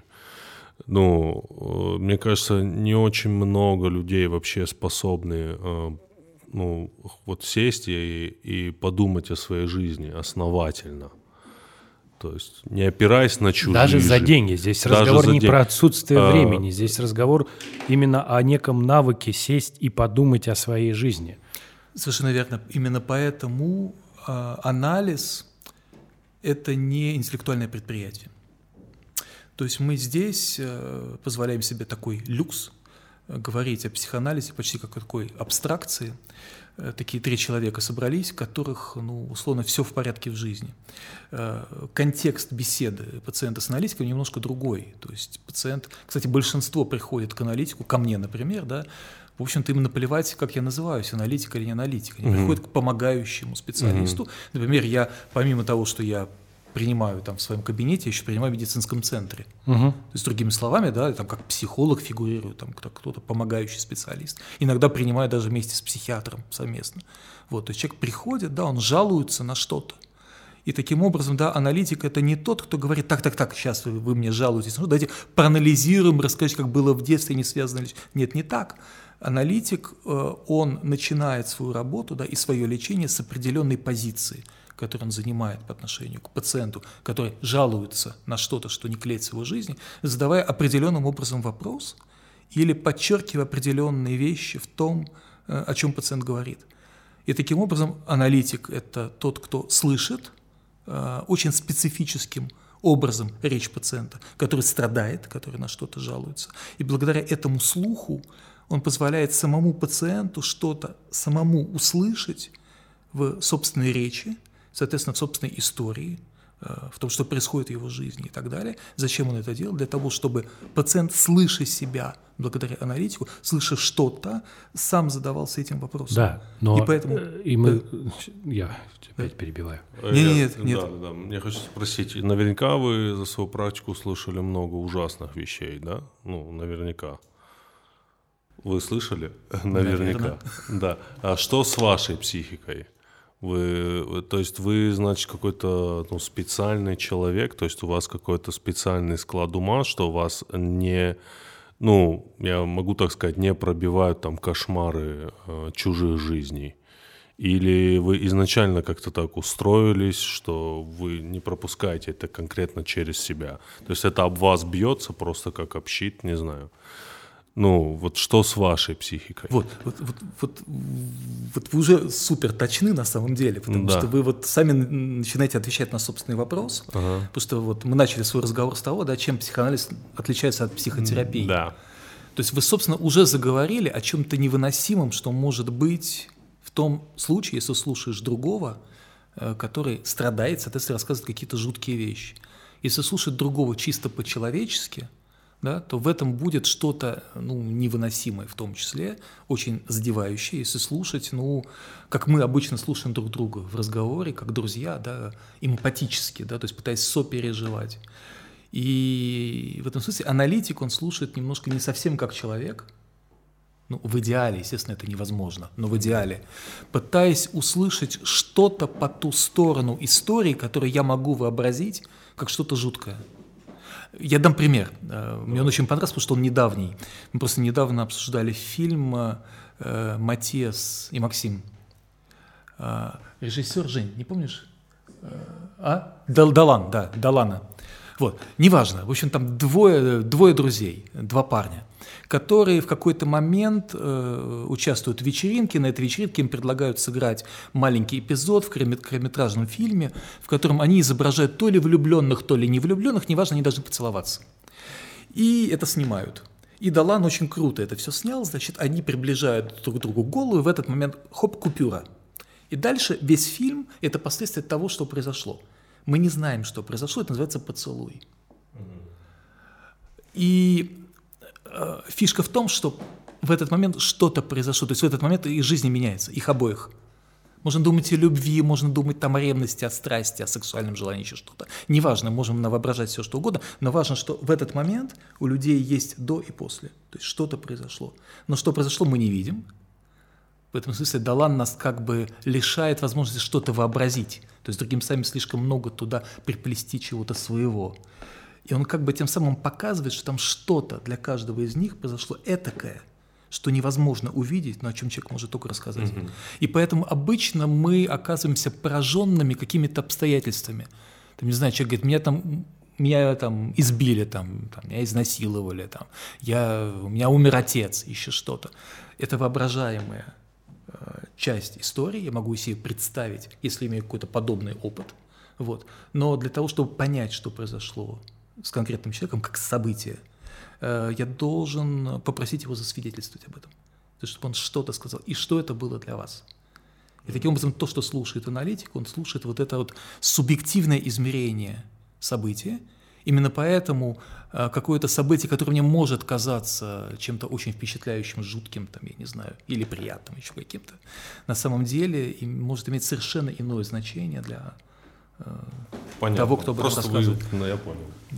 Мне кажется, не очень много людей вообще способны сесть и подумать о своей жизни основательно. То есть не опираясь на чужие. Даже за деньги. Здесь Даже разговор за не деньги. про отсутствие времени. Здесь разговор именно о неком навыке сесть и подумать о своей жизни. Совершенно верно. Именно поэтому анализ – это не интеллектуальное предприятие. То есть мы здесь позволяем себе такой люкс говорить о психоанализе почти как о такой абстракции. Такие 3 человека собрались, у которых, условно, все в порядке в жизни. Контекст беседы пациента с аналитиком немножко другой. То есть пациент, кстати, большинство приходит к аналитику, ко мне, например, да, в общем-то, им наплевать, как я называюсь, аналитик или не аналитик. Они приходят к помогающему специалисту. Например, я, помимо того, что я принимаю там в своем кабинете, я еще принимаю в медицинском центре. То есть, другими словами, да, там как психолог фигурирует, там кто-то помогающий специалист. Иногда принимаю даже вместе с психиатром совместно. Вот, то есть человек приходит, да, он жалуется на что-то. И таким образом, да, аналитик – это не тот, кто говорит, так, сейчас вы мне жалуетесь, давайте проанализируем, расскажите, как было в детстве, не связано ли. Нет, не так. Аналитик, он начинает свою работу, да, и свое лечение с определенной позиции, который он занимает по отношению к пациенту, который жалуется на что-то, что не клеится в его жизни, задавая определенным образом вопрос или подчеркивая определенные вещи в том, о чем пациент говорит. И таким образом аналитик – это тот, кто слышит очень специфическим образом речь пациента, который страдает, который на что-то жалуется. И благодаря этому слуху он позволяет самому пациенту что-то самому услышать в собственной речи, соответственно, в собственной истории, в том, что происходит в его жизни и так далее. Зачем он это делает? Для того, чтобы пациент, слыша себя, благодаря аналитику, слыша что-то, сам задавался этим вопросом. Да, но и поэтому... Я опять перебиваю. Нет. Да. Мне хочется спросить, наверняка вы за свою практику услышали много ужасных вещей, да? Наверняка. Вы слышали? Наверняка. Да. А что с вашей психикой? То есть вы, значит, какой-то специальный человек, то есть у вас какой-то специальный склад ума, что вас не, я могу так сказать, не пробивают там кошмары чужих жизней? Или вы изначально как-то так устроились, что вы не пропускаете это конкретно через себя? То есть это об вас бьется просто как об щит, не знаю. Вот что с вашей психикой? Вот вы уже супер точны на самом деле, потому что вы вот сами начинаете отвечать на собственный вопрос, потому что вот мы начали свой разговор с того, да, чем психоанализ отличается от психотерапии. Да. То есть вы, собственно, уже заговорили о чем-то невыносимом, что может быть в том случае, если слушаешь другого, который страдает, соответственно, рассказывает какие-то жуткие вещи. Если слушать другого чисто по-человечески, да, то в этом будет что-то невыносимое, в том числе, очень задевающее, если слушать, как мы обычно слушаем друг друга в разговоре, как друзья, да, эмпатически, да, то есть пытаясь сопереживать. И в этом смысле аналитик, он слушает немножко не совсем как человек, в идеале, естественно, это невозможно, но в идеале, пытаясь услышать что-то по ту сторону истории, которую я могу вообразить, как что-то жуткое. Я дам пример. Мне он очень понравился, потому что он недавний. Мы просто недавно обсуждали фильм «Матиас и Максим». Режиссер, Жень, не помнишь? Долана. Вот, неважно. В общем, там двое друзей, 2 парня, которые в какой-то момент участвуют в вечеринке. На этой вечеринке им предлагают сыграть маленький эпизод в короткометражном фильме, в котором они изображают то ли влюбленных, то ли не влюбленных, неважно, они должны поцеловаться. И это снимают. И Долан очень круто это все снял, значит, они приближают друг к другу голову, и в этот момент, хоп, купюра. И дальше весь фильм – это последствия того, что произошло. Мы не знаем, что произошло, это называется поцелуй. И фишка в том, что в этот момент что-то произошло, то есть в этот момент их жизнь меняется, их обоих. Можно думать о любви, можно думать там о ревности, о страсти, о сексуальном желании, еще что-то. Неважно, можем навоображать все, что угодно, но важно, что в этот момент у людей есть до и после, то есть что-то произошло. Но что произошло, мы не видим. В этом смысле Долан нас как бы лишает возможности что-то вообразить. То есть, другими словами, слишком много туда приплести чего-то своего. И он как бы тем самым показывает, что там что-то для каждого из них произошло этакое, что невозможно увидеть, но о чем человек может только рассказать. И поэтому обычно мы оказываемся пораженными какими-то обстоятельствами. Там, не знаю, человек говорит, меня там избили, меня изнасиловали, у меня умер отец, еще что-то. Это воображаемая часть истории, я могу себе представить, если имею какой-то подобный опыт. Вот. Но для того, чтобы понять, что произошло с конкретным человеком, как событие, я должен попросить его засвидетельствовать об этом, чтобы он что-то сказал. И что это было для вас? И таким образом то, что слушает аналитик, он слушает вот это вот субъективное измерение события. Именно поэтому какое-то событие, которое мне может казаться чем-то очень впечатляющим, жутким, я не знаю, или приятным еще каким-то, на самом деле может иметь совершенно иное значение для того, кто об этом рассказывает. Я понял. Да.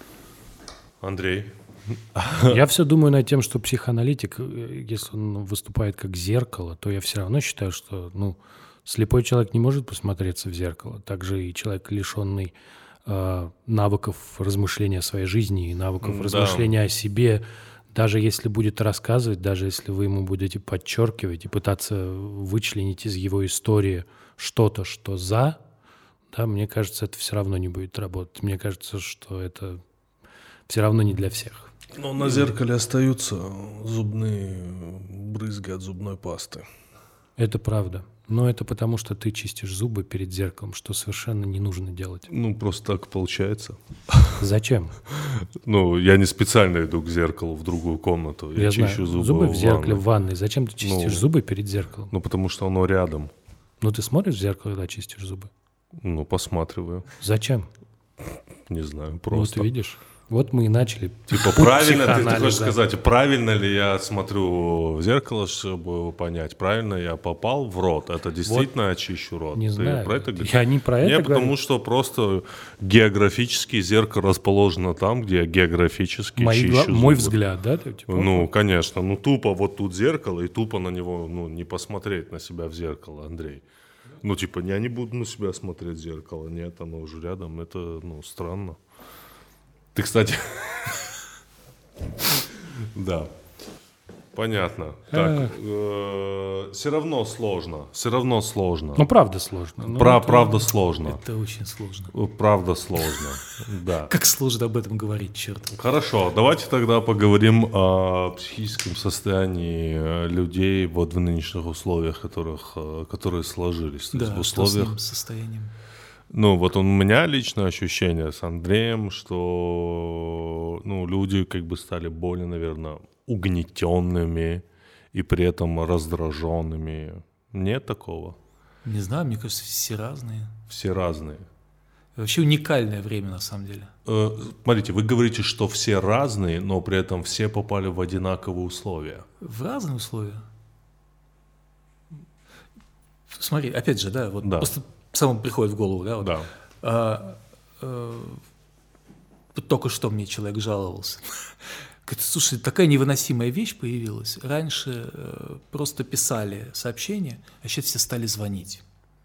Андрей? Я все думаю над тем, что психоаналитик, если он выступает как зеркало, то я все равно считаю, что слепой человек не может посмотреться в зеркало. Также и человек, лишенный навыков размышления о своей жизни и навыков размышления о себе, даже если будет рассказывать, даже если вы ему будете подчеркивать и пытаться вычленить из его истории что-то, что мне кажется, это все равно не будет работать. Мне кажется, что это все равно не для всех. Но на зеркале остаются зубные брызги от зубной пасты. Это правда. Но это потому, что ты чистишь зубы перед зеркалом, что совершенно не нужно делать. Просто так получается. Зачем? Я не специально иду к зеркалу в другую комнату. Я чищу зубы в зеркале в ванной. Зачем ты чистишь зубы перед зеркалом? Потому что оно рядом. Ты смотришь в зеркало, когда чистишь зубы? Посматриваю. Зачем? Не знаю, просто. Ты видишь? Вот мы и начали. Правильно, ты хочешь сказать, правильно ли я смотрю в зеркало, чтобы понять, правильно я попал в рот? Это действительно я чищу рот? Не знаю. Про это говоришь? Я не про это говорю. Потому что просто географически зеркало расположено там, где я географически чищу зубы. Мой взгляд, да? Конечно. Tупо вот тут зеркало, и тупо на него не посмотреть на себя в зеркало, Андрей. Я не буду на себя смотреть в зеркало. Нет, оно уже рядом. Это, странно. Ты, кстати... Да. Понятно. Так, все равно сложно. Правда сложно. Правда сложно. Это очень сложно. Правда сложно, да. Как сложно об этом говорить, черт. Хорошо, давайте тогда поговорим о психическом состоянии людей в нынешних условиях, которые сложились. Да, в условиях... что с ним состоянием? У меня личное ощущение с Андреем, что люди стали более, наверное, угнетенными и при этом раздраженными. Нет такого? Не знаю, мне кажется, все разные. Все разные. Вообще уникальное время, на самом деле. Смотрите, вы говорите, что все разные, но при этом все попали в одинаковые условия. В разные условия? Смотри, опять же, да, просто самому приходит в голову, да? Да. Только что мне человек жаловался. Говорит, слушай, такая невыносимая вещь появилась. Раньше просто писали сообщения, а сейчас все стали звонить.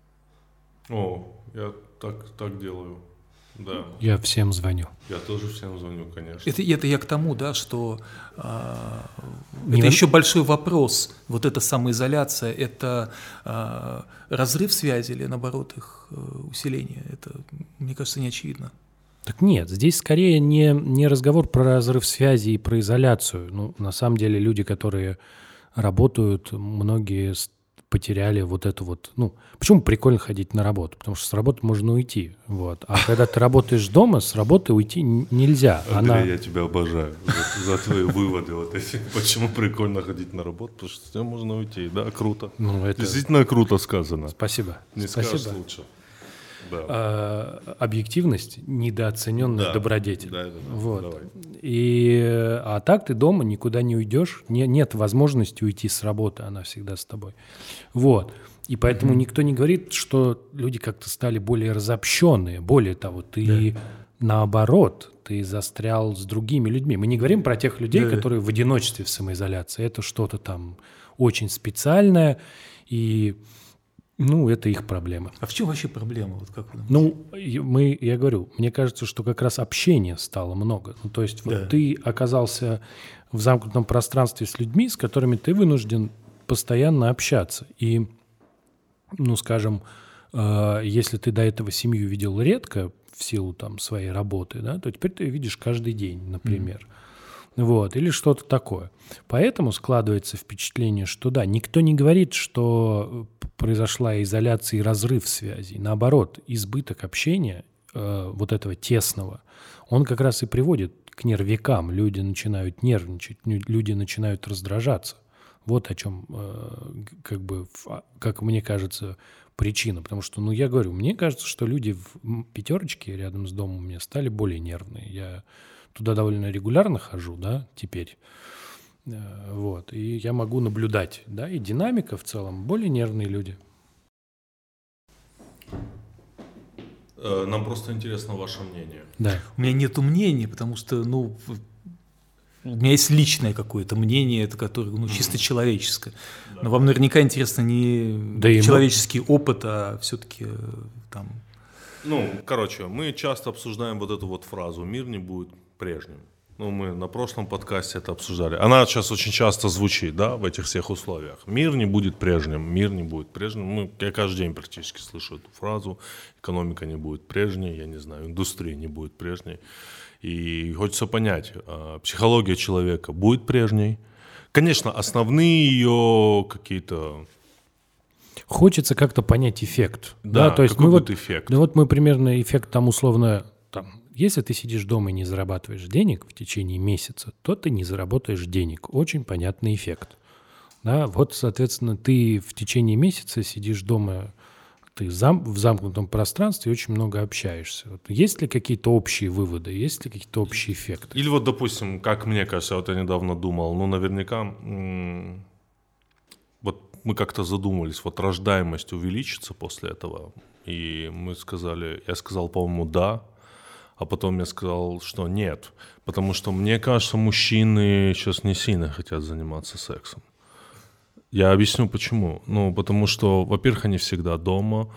Я так делаю. Да. Я всем звоню. Я тоже всем звоню, конечно. Это я к тому, да, что это еще большой вопрос. Вот эта самоизоляция, это разрыв связи или, наоборот, их усиление. Это, мне кажется, не очевидно. Так нет, здесь скорее не разговор про разрыв связи и про изоляцию. На самом деле люди, которые работают, многие потеряли почему прикольно ходить на работу? Потому что с работы можно уйти. А когда ты работаешь дома, с работы уйти нельзя. Андрей, я тебя обожаю за твои выводы эти. Почему прикольно ходить на работу? Потому что с тебя можно уйти. Да, круто. Это... Действительно круто сказано. Спасибо. Не скажешь лучше. Да. Объективность – недооцененная добродетель. Да, давай. А так ты дома никуда не уйдешь, нет возможности уйти с работы, она всегда с тобой. И поэтому никто не говорит, что люди как-то стали более разобщенные. Более того, ты наоборот, ты застрял с другими людьми. Мы не говорим про тех людей, которые в одиночестве в самоизоляции. Это что-то там очень специальное, и это их проблема. А в чем вообще проблема? Как вы я говорю, мне кажется, что как раз общения стало много. То есть ты оказался в замкнутом пространстве с людьми, с которыми ты вынужден постоянно общаться. И, скажем, если ты до этого семью видел редко, в силу там своей работы, да, то теперь ты ее видишь каждый день, например. Вот, или что-то такое. Поэтому складывается впечатление, что да, никто не говорит, что произошла изоляция и разрыв связей. Наоборот, избыток общения, вот этого тесного, он как раз и приводит к нервикам. Люди начинают нервничать, люди начинают раздражаться. Вот о чем, как бы, как мне кажется, причина. Потому что, ну, я говорю, мне кажется, что люди в пятерочке рядом с домом у меня стали более нервные. Я туда довольно регулярно хожу, да, теперь. Вот. И я могу наблюдать, да, и динамика в целом, более нервные люди. Нам просто интересно ваше мнение. Да. У меня нету мнения, потому что, ну, у меня есть личное какое-то мнение, это которое, ну, чисто человеческое. Но вам наверняка интересно не человеческий опыт, а все-таки там... Ну, короче, мы часто обсуждаем вот эту вот фразу «мир не будет прежним». Ну, мы на прошлом подкасте это обсуждали. Она сейчас очень часто звучит, да, в этих всех условиях. Мир не будет прежним, мир не будет прежним. Я каждый день практически слышу эту фразу. Экономика не будет прежней, я не знаю, индустрия не будет прежней. И хочется понять, психология человека будет прежней. Конечно, основные ее какие-то... Хочется как-то понять эффект. Да, то есть какой мы будет эффект? Ну вот мы примерно эффект там условно... Там, если ты сидишь дома и не зарабатываешь денег в течение месяца, то ты не заработаешь денег. Очень понятный эффект. Да, вот, соответственно, ты в течение месяца сидишь дома, ты в замкнутом пространстве и очень много общаешься. Вот есть ли какие-то общие выводы, есть ли какие-то общие эффекты? Или вот, допустим, как мне кажется, вот я недавно думал, ну, наверняка, вот мы как-то задумались, вот рождаемость увеличится после этого, и я сказал, по-моему, да, а потом я сказал, что нет, потому что мне кажется, мужчины сейчас не сильно хотят заниматься сексом. Я объясню почему. Ну, потому что, во-первых, они всегда дома.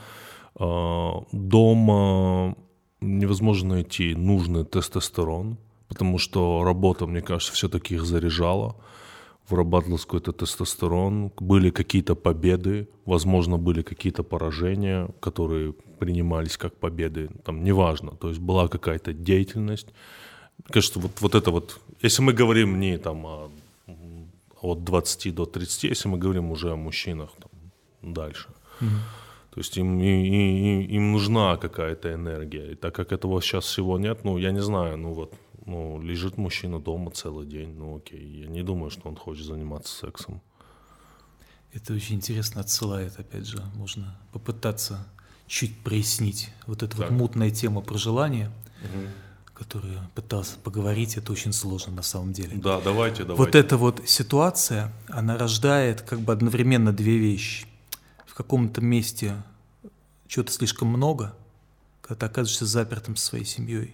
Дома невозможно найти нужный тестостерон, потому что работа, мне кажется, все-таки их заряжала. Вырабатывался какой-то тестостерон, были какие-то победы, возможно, были какие-то поражения, которые принимались как победы, там, неважно, то есть была какая-то деятельность. Кажется, вот это вот, если мы говорим не там от 20 до 30, если мы говорим уже о мужчинах там, дальше, то есть им нужна какая-то энергия, и так как этого сейчас всего нет, ну, я не знаю, лежит мужчина дома целый день, ну окей, я не думаю, что он хочет заниматься сексом. Это очень интересно отсылает, опять же, можно попытаться чуть прояснить вот эту вот мутная тема про желание, которую я пытался поговорить, это очень сложно на самом деле. Да, давайте. Вот эта вот ситуация, она рождает как бы одновременно две вещи. В каком-то месте чего-то слишком много, когда ты оказываешься запертым со своей семьей.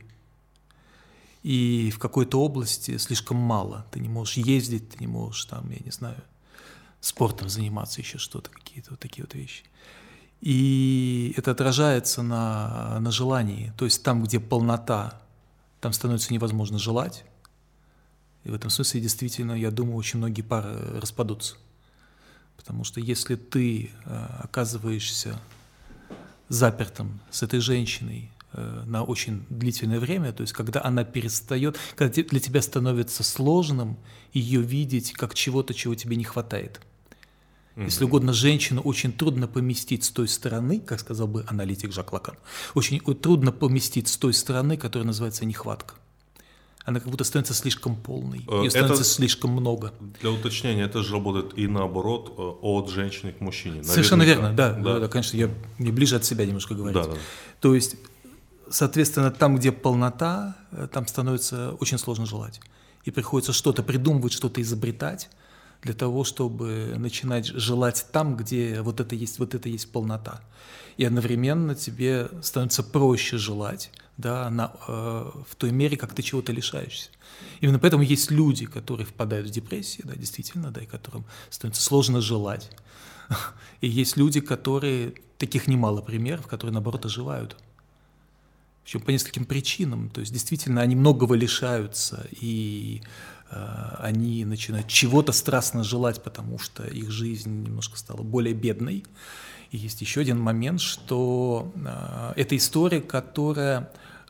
И в какой-то области слишком мало. Ты не можешь ездить, ты не можешь там, я не знаю, спортом заниматься, еще что-то, какие-то вот такие вот вещи. И это отражается на желании. То есть там, где полнота, там становится невозможно желать. И в этом смысле действительно, я думаю, очень многие пары распадутся. Потому что если ты оказываешься запертым с этой женщиной на очень длительное время, то есть когда она перестает, когда для тебя становится сложным ее видеть как чего-то, чего тебе не хватает. Если угодно, женщину очень трудно поместить с той стороны, как сказал бы аналитик Жак Лакан, очень трудно поместить с той стороны, которая называется нехватка. Она как будто становится слишком полной, ее становится слишком много. Для уточнения, это же работает и наоборот от женщины к мужчине. Совершенно верно, да, конечно, мне ближе от себя немножко говорить. Да. То есть, соответственно, там, где полнота, там становится очень сложно желать. И приходится что-то придумывать, что-то изобретать для того, чтобы начинать желать там, где вот это есть полнота. И одновременно тебе становится проще желать, да, в той мере, как ты чего-то лишаешься. Именно поэтому есть люди, которые впадают в депрессию, да, действительно, да, и которым становится сложно желать. И есть люди, которые, таких немало примеров, которые, наоборот, оживают. Причем по нескольким причинам. То есть, действительно, они многого лишаются, и они начинают чего-то страстно желать, потому что их жизнь немножко стала более бедной. И есть еще один момент, что это история, которая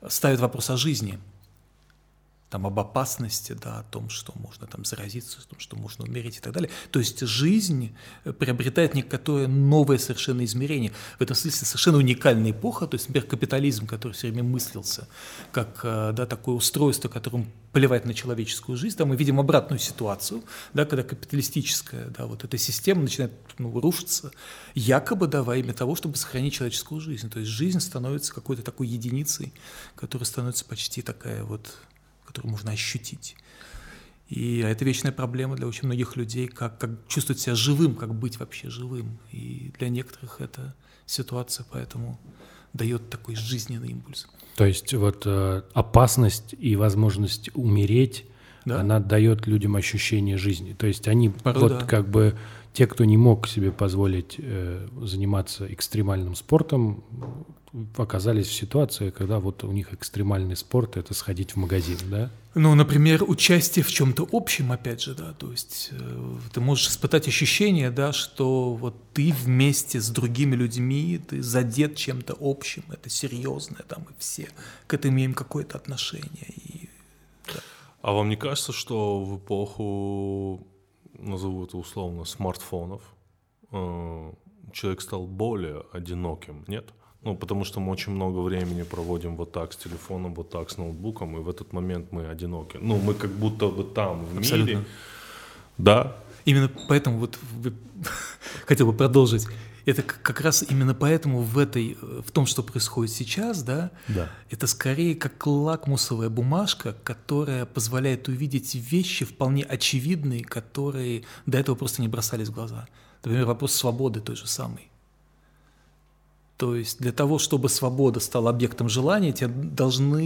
ставит вопрос о жизни, там, об опасности, да, о том, что можно там заразиться, о том, что можно умереть и так далее. То есть жизнь приобретает некое новое совершенно измерение. В этом смысле совершенно уникальная эпоха, то есть, например, капитализм, который все время мыслился как, да, такое устройство, которым плевать на человеческую жизнь, да, мы видим обратную ситуацию, да, когда капиталистическая, да, вот эта система начинает, ну, рушиться, якобы, да, во имя того, чтобы сохранить человеческую жизнь. То есть жизнь становится какой-то такой единицей, которая становится почти такая вот, которую можно ощутить. И это вечная проблема для очень многих людей, как чувствовать себя живым, как быть вообще живым. И для некоторых эта ситуация поэтому дает такой жизненный импульс. То есть вот опасность и возможность умереть, да, она дает людям ощущение жизни. То есть они порой, вот, да, как бы те, кто не мог себе позволить заниматься экстремальным спортом, оказались в ситуации, когда вот у них экстремальный спорт – это сходить в магазин, да? Ну, например, участие в чем-то общем, опять же, да, то есть ты можешь испытать ощущение, да, что вот ты вместе с другими людьми, ты задет чем-то общим, это серьезное, да, мы все к этому имеем какое-то отношение. И, да. А вам не кажется, что в эпоху, назову это условно, смартфонов, человек стал более одиноким, нет? Ну, потому что мы очень много времени проводим вот так с телефоном, вот так с ноутбуком, и в этот момент мы одиноки. Ну, мы как будто бы там, в абсолютно мире. Да. Именно поэтому вот хотел бы продолжить. Это как раз именно поэтому в том, что происходит сейчас, да, это скорее как лакмусовая бумажка, которая позволяет увидеть вещи вполне очевидные, которые до этого просто не бросались в глаза. Например, вопрос свободы той же самой. То есть для того, чтобы свобода стала объектом желания, тебя должны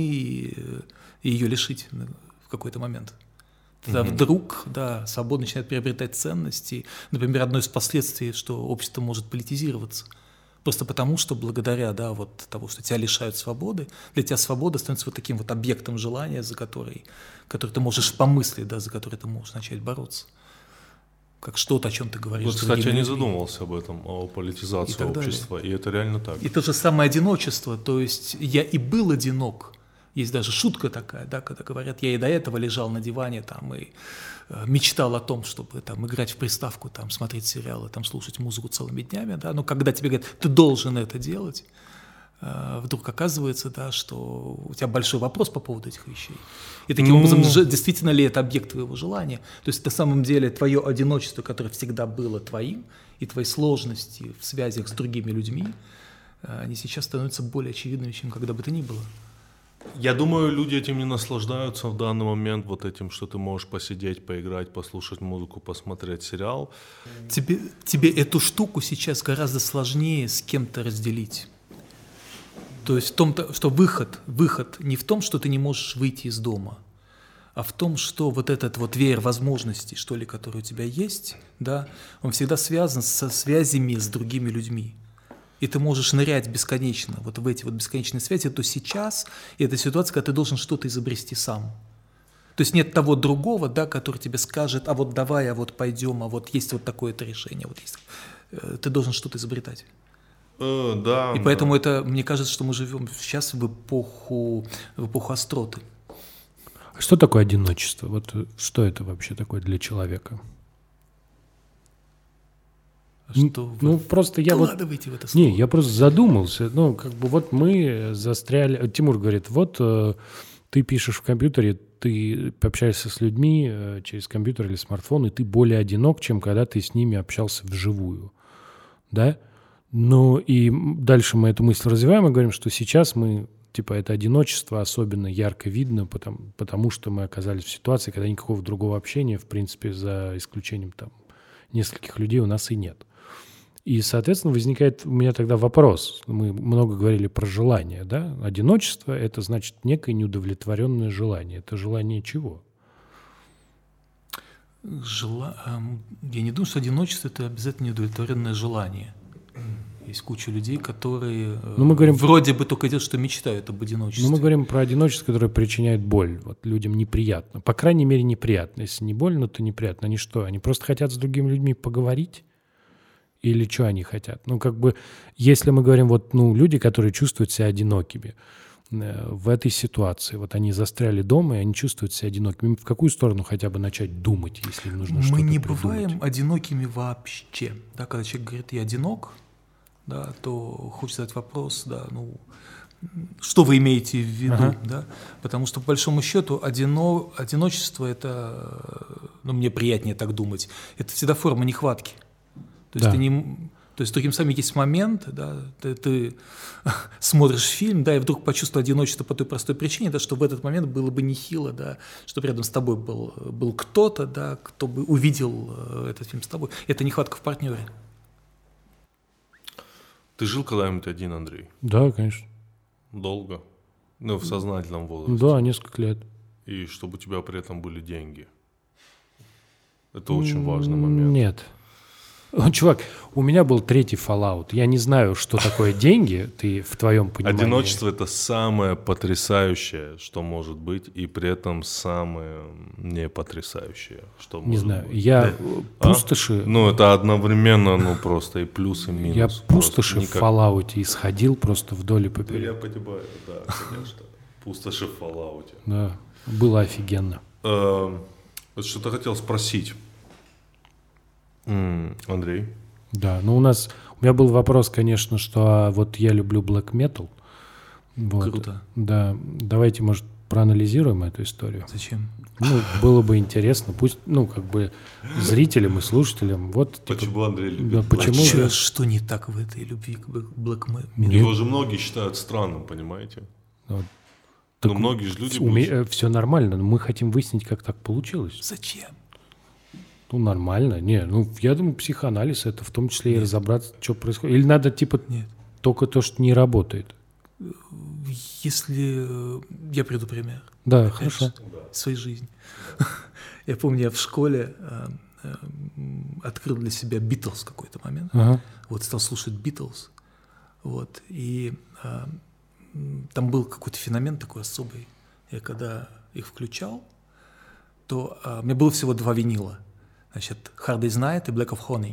ее лишить в какой-то момент. Тогда вдруг, да, свобода начинает приобретать ценности. Например, одно из последствий, что общество может политизироваться. Просто потому, что благодаря, да, вот того, что тебя лишают свободы, для тебя свобода становится вот таким вот объектом желания, за который ты можешь помыслить, да, за который ты можешь начать бороться. Как что-то, о чем ты говоришь. Вот, кстати, я не задумывался об этом, о политизации общества, и это реально так. И то же самое одиночество, то есть я и был одинок. Есть даже шутка такая, да, когда говорят, я и до этого лежал на диване там, и мечтал о том, чтобы там, играть в приставку, там, смотреть сериалы, там, слушать музыку целыми днями, да, но когда тебе говорят, ты должен это делать, вдруг оказывается, да, что у тебя большой вопрос по поводу этих вещей. И таким образом, действительно ли это объект твоего желания? То есть на самом деле твое одиночество, которое всегда было твоим, и твои сложности в связях с другими людьми, они сейчас становятся более очевидными, чем когда бы то ни было. Я думаю, люди этим не наслаждаются в данный момент, вот этим, что ты можешь посидеть, поиграть, послушать музыку, посмотреть сериал. Тебе эту штуку сейчас гораздо сложнее с кем-то разделить. То есть в том, что выход не в том, что ты не можешь выйти из дома, а в том, что вот этот вот веер возможностей, что ли, который у тебя есть, да, он всегда связан со связями с другими людьми. И ты можешь нырять бесконечно вот в эти вот бесконечные связи, то сейчас это ситуация, когда ты должен что-то изобрести сам. То есть нет того другого, да, который тебе скажет, а вот давай, а вот пойдем, а вот есть вот такое-то решение. Вот есть. Ты должен что-то изобретать. Да. И поэтому это, мне кажется, что мы живем сейчас в эпоху остроты. А что такое одиночество? Вот что это вообще такое для человека? Что ну, просто я вот... в это слово. Не, я просто задумался. Ну, как бы вот мы застряли... Тимур говорит, вот ты пишешь в компьютере, ты общаешься с людьми через компьютер или смартфон, и ты более одинок, чем когда ты с ними общался вживую. Да? Ну, и дальше мы эту мысль развиваем и говорим, что сейчас мы, типа, это одиночество особенно ярко видно, потому что мы оказались в ситуации, когда никакого другого общения, в принципе, за исключением там нескольких людей у нас и нет. И, соответственно, возникает у меня тогда вопрос. Мы много говорили про желание, да? Одиночество – это, значит, некое неудовлетворенное желание. Это желание чего? Я не думаю, что одиночество – это обязательно неудовлетворенное желание. Есть куча людей, которые вроде бы только делают, что мечтают об одиночестве. Мы говорим про одиночество, которое причиняет боль. Вот людям неприятно. По крайней мере, неприятно. Если не больно, то неприятно. Они что? Они просто хотят с другими людьми поговорить? Или что они хотят? Ну, как бы, если мы говорим, вот, ну, люди, которые чувствуют себя одинокими, в этой ситуации? Вот они застряли дома, и они чувствуют себя одинокими. В какую сторону хотя бы начать думать, если им нужно что-то Мы не придумать? бываем одинокими вообще. Да, когда человек говорит «я одинок», да, то хочется задать вопрос, да, что вы имеете в виду, да? Потому что, по большому счету, одиночество – это, мне приятнее так думать, это всегда форма нехватки. То есть, другим словом, есть момент, да, ты смотришь фильм, да, и вдруг почувствовал одиночество по той простой причине, да, что в этот момент было бы нехило, да, чтобы рядом с тобой был кто-то, да, кто бы увидел этот фильм с тобой. Это нехватка в партнере. Ты жил когда-нибудь один, Андрей? Да, конечно. Долго? В сознательном возрасте? Да, несколько лет. И чтобы у тебя при этом были деньги? Это очень важный момент. Нет. Чувак, у меня был 3-й Fallout. Я не знаю, что такое деньги, ты в твоем понимании. Одиночество – это самое потрясающее, что может быть, и при этом самое не потрясающее, что может быть. Не знаю, я пустоши... это одновременно, просто и плюс, и минус. Я пустоши в Fallout исходил просто вдоль и поперек. Я понимаю, да, конечно. Пустоши в Fallout. Да, было офигенно. Что-то хотел спросить. Андрей? Да, у меня был вопрос, конечно, что вот я люблю black metal. Вот. Круто. Да, давайте, может, проанализируем эту историю. Зачем? Было бы интересно, пусть, зрителям и слушателям. Почему Андрей любит да, почему что не так в этой любви к black metal? Его же многие считают странным, понимаете? Вот. Но многие же люди... Все нормально, но мы хотим выяснить, как так получилось. Зачем? Нормально. Я думаю, психоанализ — это в том числе и разобраться, что происходит. Или надо, только то, что не работает. Если... Я приведу пример. Да, хорошо. Своей жизни. Я помню, я в школе открыл для себя Битлз в какой-то момент. Стал слушать Битлз. И там был какой-то феномен такой особый. Я когда их включал, то у меня было всего 2 винила. Значит, Hard Day's Night и Black of Honey.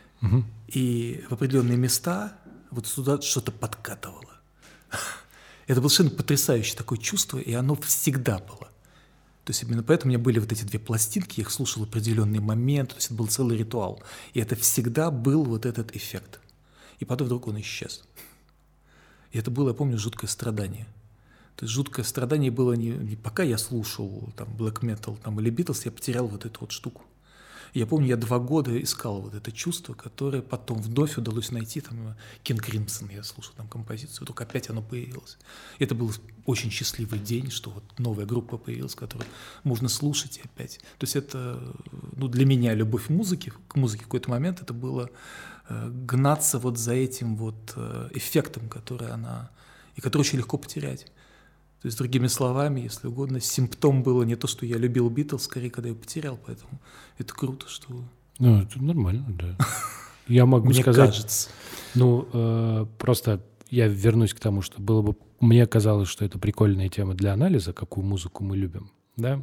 И в определенные места сюда что-то подкатывало. Это было совершенно потрясающее такое чувство, и оно всегда было. То есть именно поэтому у меня были эти 2 пластинки, я их слушал в определенный момент, то есть это был целый ритуал. И это всегда был этот эффект. И потом вдруг он исчез. И это было, я помню, жуткое страдание. То есть жуткое страдание было не пока я слушал black metal или Beatles, я потерял эту штуку. Я помню, я 2 года искал это чувство, которое потом вновь удалось найти. King Crimson, я слушал композицию, только опять оно появилось. И это был очень счастливый день, что новая группа появилась, которую можно слушать и опять. То есть это, для меня любовь к музыке в какой-то момент это было гнаться за этим эффектом, который очень легко потерять. То есть, другими словами, если угодно, симптом было не то, что я любил Битлз, скорее, когда я потерял, поэтому это круто, что... это нормально, да. Я могу сказать... Мне кажется. Просто я вернусь к тому, что мне казалось, что это прикольная тема для анализа, какую музыку мы любим, да?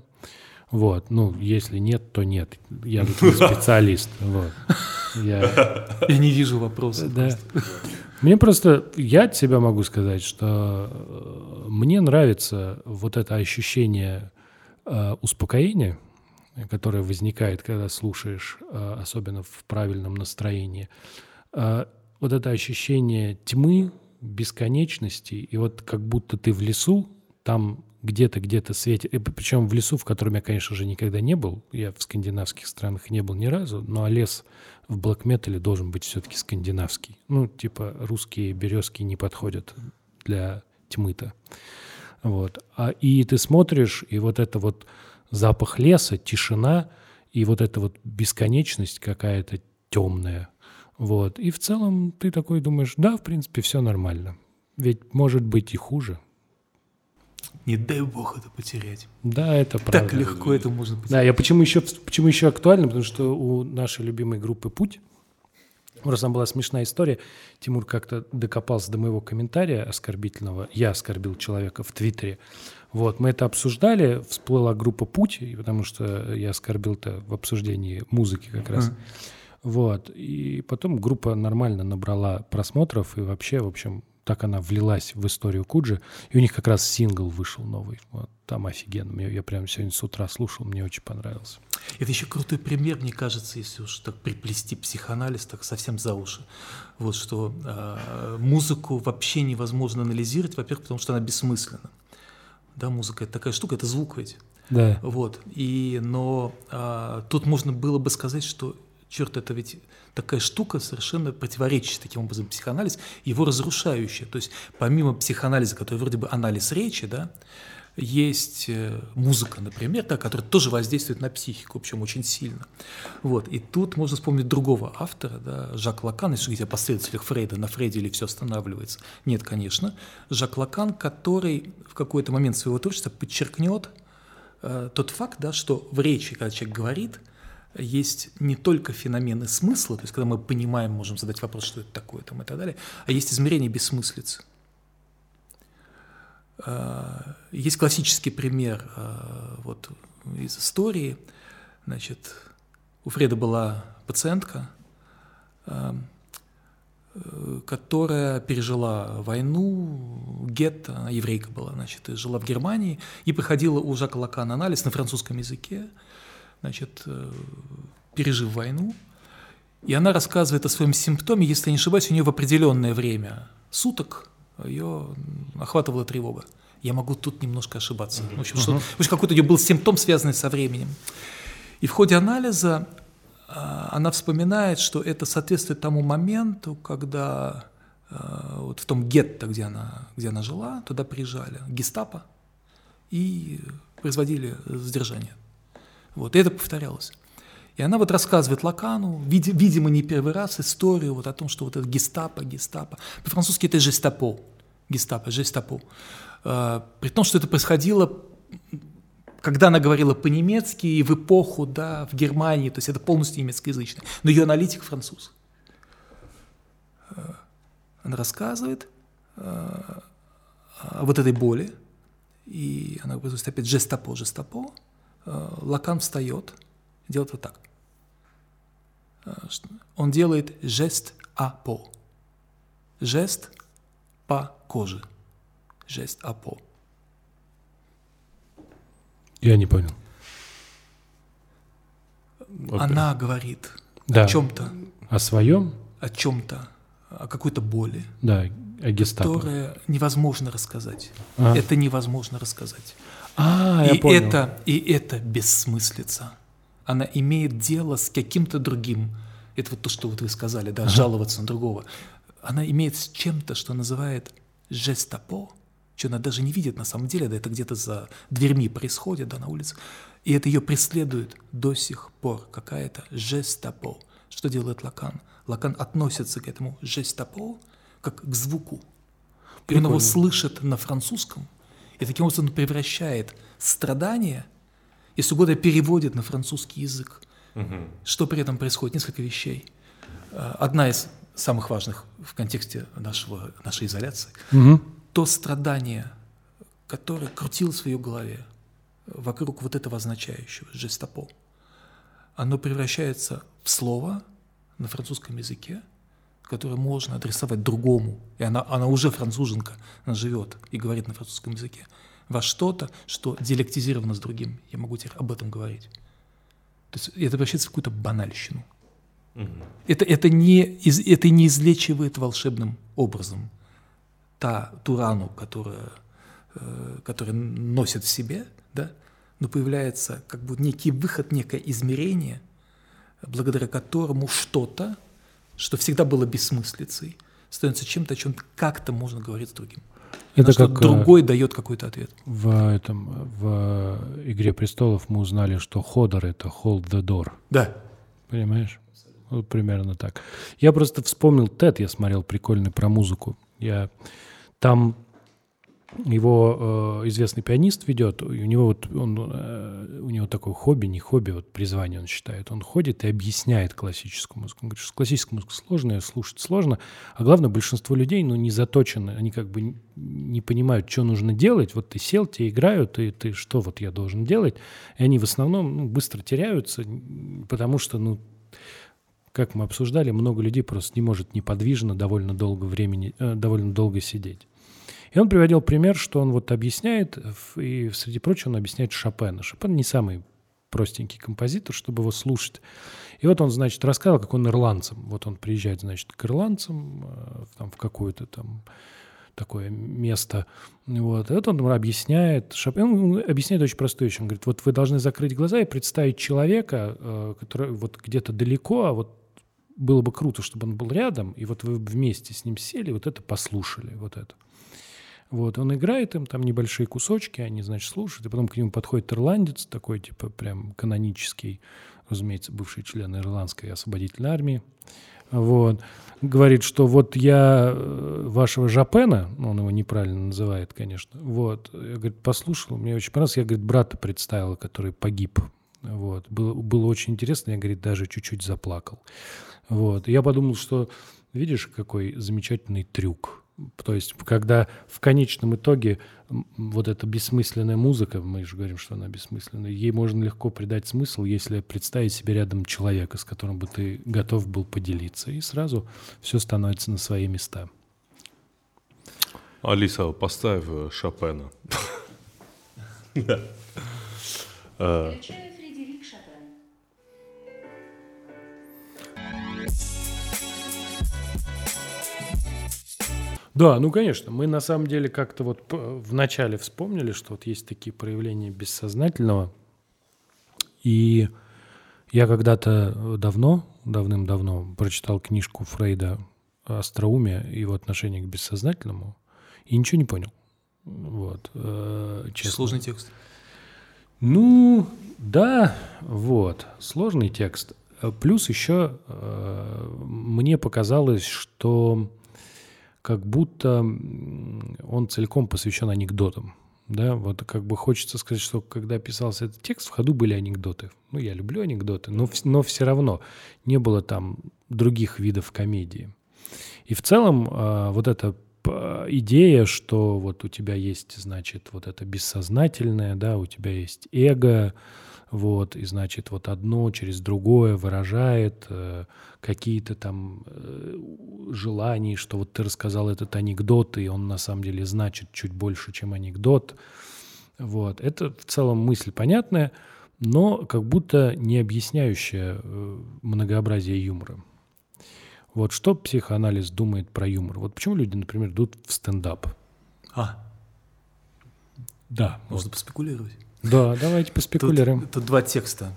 Если нет, то нет. Я тут не специалист, Я не вижу вопроса. Да. Я от себя могу сказать, что мне нравится это ощущение успокоения, которое возникает, когда слушаешь, особенно в правильном настроении. Это ощущение тьмы, бесконечности, и как будто ты в лесу, там где-то светит, и причем в лесу, в котором я, конечно же, никогда не был, я в скандинавских странах не был ни разу, но лес в блэк-метале должен быть все-таки скандинавский. Русские березки не подходят для тьмы-то. И ты смотришь, и это запах леса, тишина, и эта бесконечность какая-то темная. И в целом ты такой думаешь, да, в принципе, все нормально. Ведь может быть и хуже. Не дай бог это потерять. Да, это правда. Так легко это можно потерять. Да, почему еще актуально? Потому что у нашей любимой группы «Путь» просто там была смешная история. Тимур как-то докопался до моего комментария оскорбительного. Я оскорбил человека в Твиттере. Мы это обсуждали, всплыла группа «Путь», потому что я оскорбил-то в обсуждении музыки как раз. И потом группа нормально набрала просмотров, и вообще, в общем, так она влилась в историю Куджи. И у них как раз сингл вышел новый. Вот, там офигенно. Я прямо сегодня с утра слушал, мне очень понравился. Это еще крутой пример, мне кажется, если уж так приплести психоанализ, так совсем за уши. Вот что музыку вообще невозможно анализировать, во-первых, потому что она бессмысленна. Да, музыка — это такая штука, это звук ведь. Да. Вот. Но тут можно было бы сказать, что, черт, это ведь такая штука, совершенно противоречащая таким образом психоанализ, его разрушающая. То есть помимо психоанализа, который вроде бы анализ речи, да, есть музыка, например, да, которая тоже воздействует на психику, причем очень сильно. Вот. И тут можно вспомнить другого автора, да, Жак Лакан, если говорить о последователях Фрейда, на Фрейде или все останавливается. Нет, конечно. Жак Лакан, который в какой-то момент своего творчества подчеркнет тот факт, да, что в речи, когда человек говорит, есть не только феномены смысла, то есть когда мы понимаем, можем задать вопрос, что это такое, там, и так далее, а есть измерение бессмыслицы. Есть классический пример вот, из истории. Значит, у Фрейда была пациентка, которая пережила войну, гетто, она еврейка была, значит, и жила в Германии, и проходила у Жака Лакана анализ на французском языке, значит, пережив войну, и она рассказывает о своем симптоме, если я не ошибаюсь, у нее в определенное время суток ее охватывала тревога. Я могу тут немножко ошибаться. В общем, какой-то у нее был симптом, связанный со временем. И в ходе анализа она вспоминает, что это соответствует тому моменту, когда вот в том гетто, где она жила, туда приезжали гестапо и производили задержание. Вот, и это повторялось. И она вот рассказывает Лакану, видимо, не первый раз, историю вот о том, что вот это гестапо. По-французски это жестапо. Жестапо. При том, что это происходило, когда она говорила по-немецки и в эпоху, да, в Германии, то есть это полностью немецкоязычно. Но ее аналитик француз. Она рассказывает о вот этой боли, и она говорит опять жестапо. Лакан встает, делает вот так. Он делает жест апо. Жест по коже. Жест апо. Я не понял. Она говорит да. о чем-то. О своем? О чем-то. О какой-то боли. Да, о гестапо. Которое невозможно рассказать. Это невозможно рассказать. Я понял. И это бессмыслица. Она имеет дело с каким-то другим. Это вот то, что вот вы сказали, да, жаловаться на другого. Она имеет с чем-то, что называет жестапо, что она даже не видит на самом деле, да, это где-то за дверьми происходит, да, на улице. И это ее преследует до сих пор, какая-то жестапо. Что делает Лакан? Лакан относится к этому жестапо как к звуку. И он его слышит на французском, и таким образом он превращает страдания, если угодно, переводит на французский язык. Что при этом происходит? Несколько вещей. Одна из самых важных в контексте нашей изоляции. То страдание, которое крутилось в ее голове вокруг вот этого означающего, жестапо, оно превращается в слово на французском языке, которое можно адресовать другому, и она уже француженка, она живет и говорит на французском языке, во что-то, что диалектизировано с другим. Я могу теперь об этом говорить. То есть это превращается в какую-то банальщину. Это не излечивает волшебным образом ту рану, которая носит в себе, да, но появляется как бы некий выход, некое измерение, благодаря которому что-то, что всегда было бессмыслицей, становится чем-то, о чем как-то можно говорить с другим. Это что как другой дает какой-то ответ. В «Игре престолов» мы узнали, что Ходор — это «hold the door». Да. Понимаешь? Вот примерно так. Я просто вспомнил TED, я смотрел прикольный про музыку. Там его известный пианист ведет, у него такое хобби, не хобби, вот призвание он считает. Он ходит и объясняет классическую музыку. Он говорит, что классическая музыка сложная, слушать сложно, а главное, большинство людей, не заточены, они как бы не понимают, что нужно делать. Вот ты сел, тебе играют, и ты что вот я должен делать? И они в основном быстро теряются, потому что, как мы обсуждали, много людей просто не может неподвижно довольно долго сидеть. И он приводил пример, что он вот объясняет, и среди прочего он объясняет Шопена. Шопен не самый простенький композитор, чтобы его слушать. И вот он, значит, рассказал, как он ирландцам. Вот он приезжает, значит, к ирландцам там, в какое-то там такое место. Вот. И вот он объясняет, он объясняет очень простую вещь. Он говорит, вот вы должны закрыть глаза и представить человека, который вот где-то далеко, а вот было бы круто, чтобы он был рядом, и вот вы вместе с ним сели, вот это послушали, вот это. Вот, он играет им там небольшие кусочки, они, значит, слушают, и потом к нему подходит ирландец, такой, типа, прям канонический, разумеется, бывший член ирландской освободительной армии, вот, говорит, что вот я вашего Шопена, он его неправильно называет, конечно, вот, я, говорит, послушал, мне очень понравилось, я, говорит, брата представил, который погиб, вот, было очень интересно, я, говорит, даже чуть-чуть заплакал, вот, и я подумал, что, видишь, какой замечательный трюк. То есть, когда в конечном итоге вот эта бессмысленная музыка, мы же говорим, что она бессмысленная, ей можно легко придать смысл, если представить себе рядом человека, с которым бы ты готов был поделиться, и сразу все становится на свои места. Алиса, поставь Шопена. Включаю Фредерик Шопен. Да, ну, конечно, мы на самом деле как-то вот вначале вспомнили, что вот есть такие проявления бессознательного, и я когда-то давным-давно прочитал книжку Фрейда «Остроумие» и его отношение к бессознательному, и ничего не понял. Вот, честно. Сложный текст. Ну, да, вот, сложный текст. Плюс еще мне показалось, что как будто он целиком посвящен анекдотам. Да, вот как бы хочется сказать, что когда писался этот текст, в ходу были анекдоты. Ну, я люблю анекдоты, но все равно не было там других видов комедии. И в целом вот эта идея, что вот у тебя есть, значит, вот это бессознательное, да, у тебя есть эго, вот, и, значит, вот одно через другое выражает какие-то там желания, что вот ты рассказал этот анекдот, и он на самом деле значит чуть больше, чем анекдот. Вот. Это в целом мысль понятная, но как будто не объясняющая многообразие юмора. Вот что психоанализ думает про юмор? Вот почему люди, например, идут в стендап? Да. Можно поспекулировать. Да, давайте поспекулируем. Тут два текста.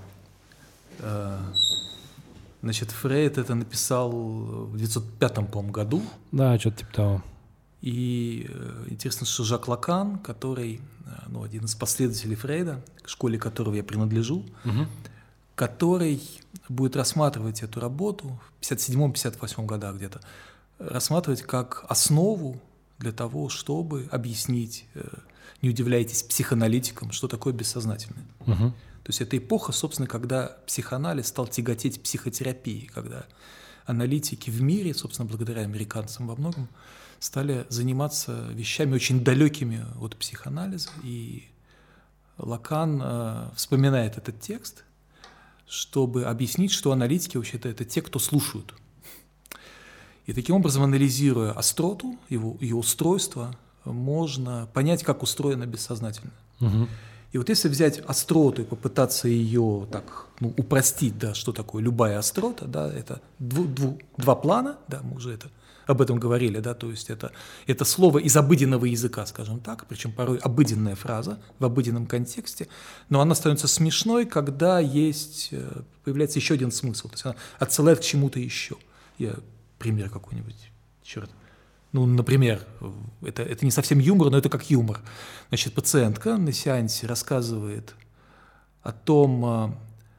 Значит, Фрейд это написал в 1905, по-моему, году. Да, что-то типа того. И интересно, что Жак Лакан, который, ну, один из последователей Фрейда, к школе которого я принадлежу, который будет рассматривать эту работу в 1957-1958 годах где-то, рассматривать как основу для того, чтобы объяснить, не удивляйтесь, психоаналитикам, что такое бессознательное. То есть это эпоха, собственно, когда психоанализ стал тяготеть психотерапией, когда аналитики в мире, собственно, благодаря американцам во многом, стали заниматься вещами очень далекими от психоанализа. И Лакан вспоминает этот текст, чтобы объяснить, что аналитики вообще-то это те, кто слушают. И таким образом, анализируя остроту, ее устройство, можно понять, как устроено бессознательное. И вот если взять остроту и попытаться ее так, ну, упростить, да, что такое любая острота, да, это два плана, да, мы уже об этом говорили, да, то есть это слово из обыденного языка, скажем так, причем порой обыденная фраза в обыденном контексте, но она становится смешной, когда появляется еще один смысл, то есть она отсылает к чему-то еще. Пример какой-нибудь, черт. Ну, например, это не совсем юмор, но это как юмор. Значит, пациентка на сеансе рассказывает о том,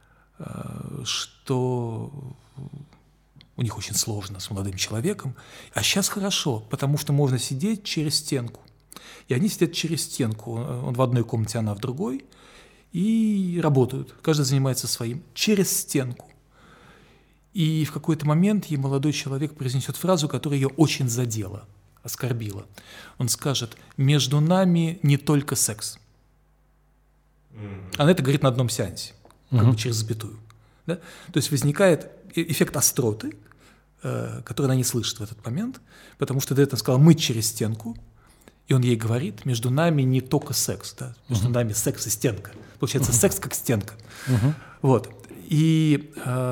что у них очень сложно с молодым человеком, а сейчас хорошо, потому что можно сидеть через стенку. И они сидят через стенку, он в одной комнате, она в другой, и работают, каждый занимается своим, через стенку. И в какой-то момент ей молодой человек произнесет фразу, которая ее очень задела, оскорбила. Он скажет: «Между нами не только секс». Она это говорит на одном сеансе, как бы через запятую. Да? То есть возникает эффект остроты, который она не слышит в этот момент, потому что до этого сказала «мы через стенку», и он ей говорит, между нами не только секс, да? Между нами секс и стенка. Получается, секс как стенка. Вот. И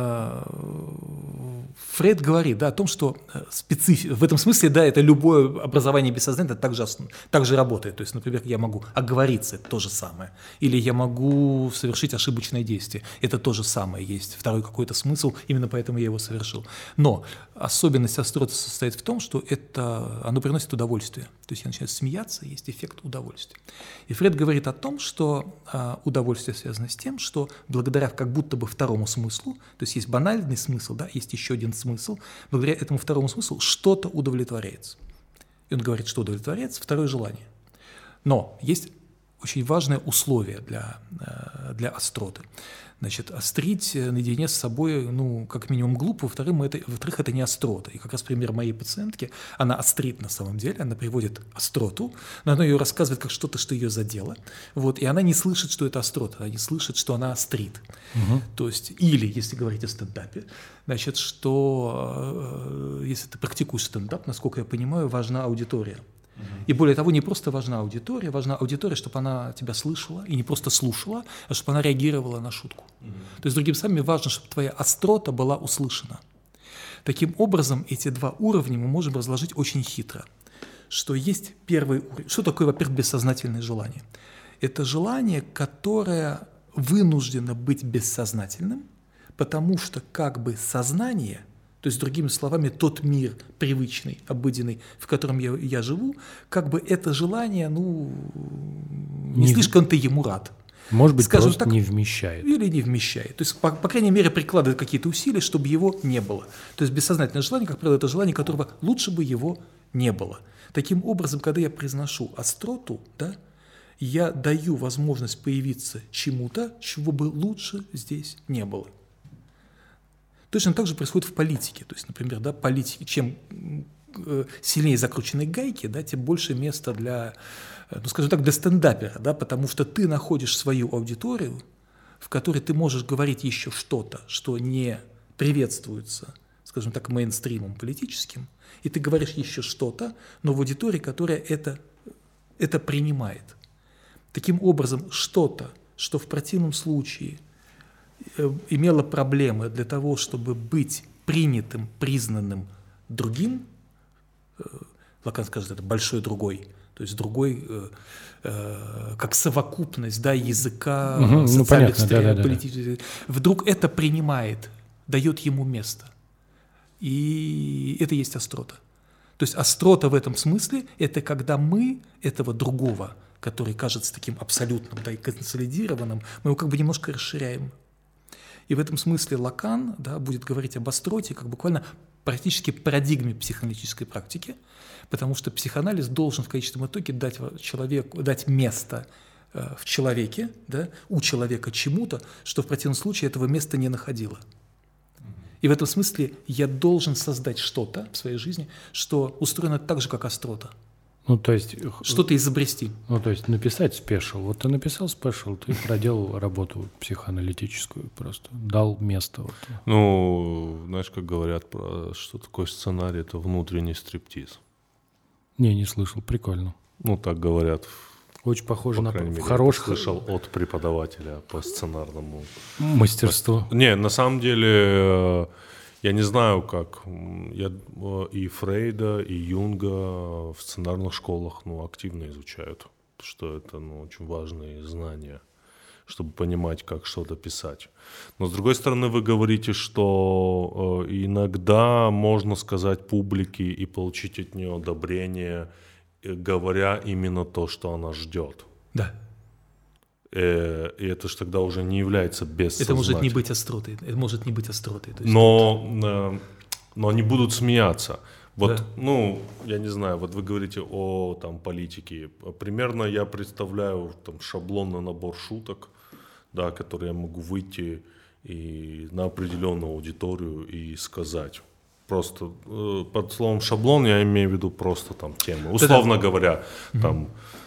Фрейд говорит, да, о том, что в этом смысле, да, это любое образование бессознательное также работает. То есть, например, я могу оговориться, это то же самое. Или я могу совершить ошибочное действие, это то же самое. Есть второй какой-то смысл, именно поэтому я его совершил. Но особенность остроты состоит в том, что оно приносит удовольствие. То есть я начинаю смеяться, есть эффект удовольствия. И Фрейд говорит о том, что удовольствие связано с тем, что благодаря как будто бы второму смыслу, то есть банальный смысл, да, есть еще один смысл, благодаря этому второму смыслу что-то удовлетворяется. И он говорит, что удовлетворяется второе желание. Но есть очень важное условие для остроты. Значит, острить наедине с собой, как минимум глупо, во-вторых, это не острота. И как раз пример моей пациентки, она острит на самом деле, она приводит остроту, но она ее рассказывает как что-то, что ее задело, вот, и она не слышит, что это острота, она не слышит, что она острит. То есть, или, если говорить о стендапе, значит, что если ты практикуешь стендап, насколько я понимаю, важна аудитория. И более того, не просто важна аудитория, чтобы она тебя слышала, и не просто слушала, а чтобы она реагировала на шутку. То есть, другими словами, важно, чтобы твоя острота была услышана. Таким образом, эти два уровня мы можем разложить очень хитро. Что есть первый уровень. Что такое, во-первых, бессознательное желание? Это желание, которое вынуждено быть бессознательным, потому что как бы сознание, то есть, другими словами, тот мир привычный, обыденный, в котором я живу, как бы это желание, не слишком-то ему рад. Может быть, скажем просто так, не вмещает. Или не вмещает. То есть, по крайней мере, прикладывает какие-то усилия, чтобы его не было. То есть, бессознательное желание, как правило, это желание, которого лучше бы его не было. Таким образом, когда я произношу остроту, да, я даю возможность появиться чему-то, чего бы лучше здесь не было. Точно так же происходит в политике. То есть, например, да, политики, чем сильнее закручены гайки, да, тем больше места для, скажем так, для стендапера, да, потому что ты находишь свою аудиторию, в которой ты можешь говорить еще что-то, что не приветствуется, скажем так, мейнстримом политическим, и ты говоришь еще что-то, но в аудитории, которая это принимает. Таким образом, что-то, что в противном случае имела проблемы для того, чтобы быть принятым, признанным другим, Лакан скажет, это большой другой, то есть другой как совокупность, да, языка, социальных строек, политических, вдруг это принимает, дает ему место. И это есть острота. То есть острота в этом смысле – это когда мы этого другого, который кажется таким абсолютным, да, и консолидированным, мы его как бы немножко расширяем. И в этом смысле Лакан, да, будет говорить об остроте как буквально практически парадигме психоаналитической практики, потому что психоанализ должен в конечном итоге дать место в человеке, да, у человека чему-то, что в противном случае этого места не находило. И в этом смысле я должен создать что-то в своей жизни, что устроено так же, как острота. То есть что-то изобрести. То есть написать спешл. Вот ты написал спешл, ты проделал работу психоаналитическую, просто дал место. Знаешь, как говорят, что такое сценарий, это внутренний стриптиз. Не слышал, прикольно. Так говорят. Очень похоже на хороший. Слышал от преподавателя по сценарному мастерству. На самом деле. Я не знаю, как и Фрейда, и Юнга в сценарных школах активно изучают, что это очень важные знания, чтобы понимать, как что-то писать. Но с другой стороны, вы говорите, что иногда можно сказать публике и получить от нее одобрение, говоря именно то, что она ждет. Да. И это же тогда уже не является бессознательным. Это может не быть остротой. Это может не быть остротой. То есть но они будут смеяться. Вот, да. Я не знаю, вот вы говорите о политике. Примерно я представляю шаблонный набор шуток, да, которые я могу выйти и на определенную аудиторию и сказать. Просто под словом шаблон я имею в виду просто темы. Условно говоря,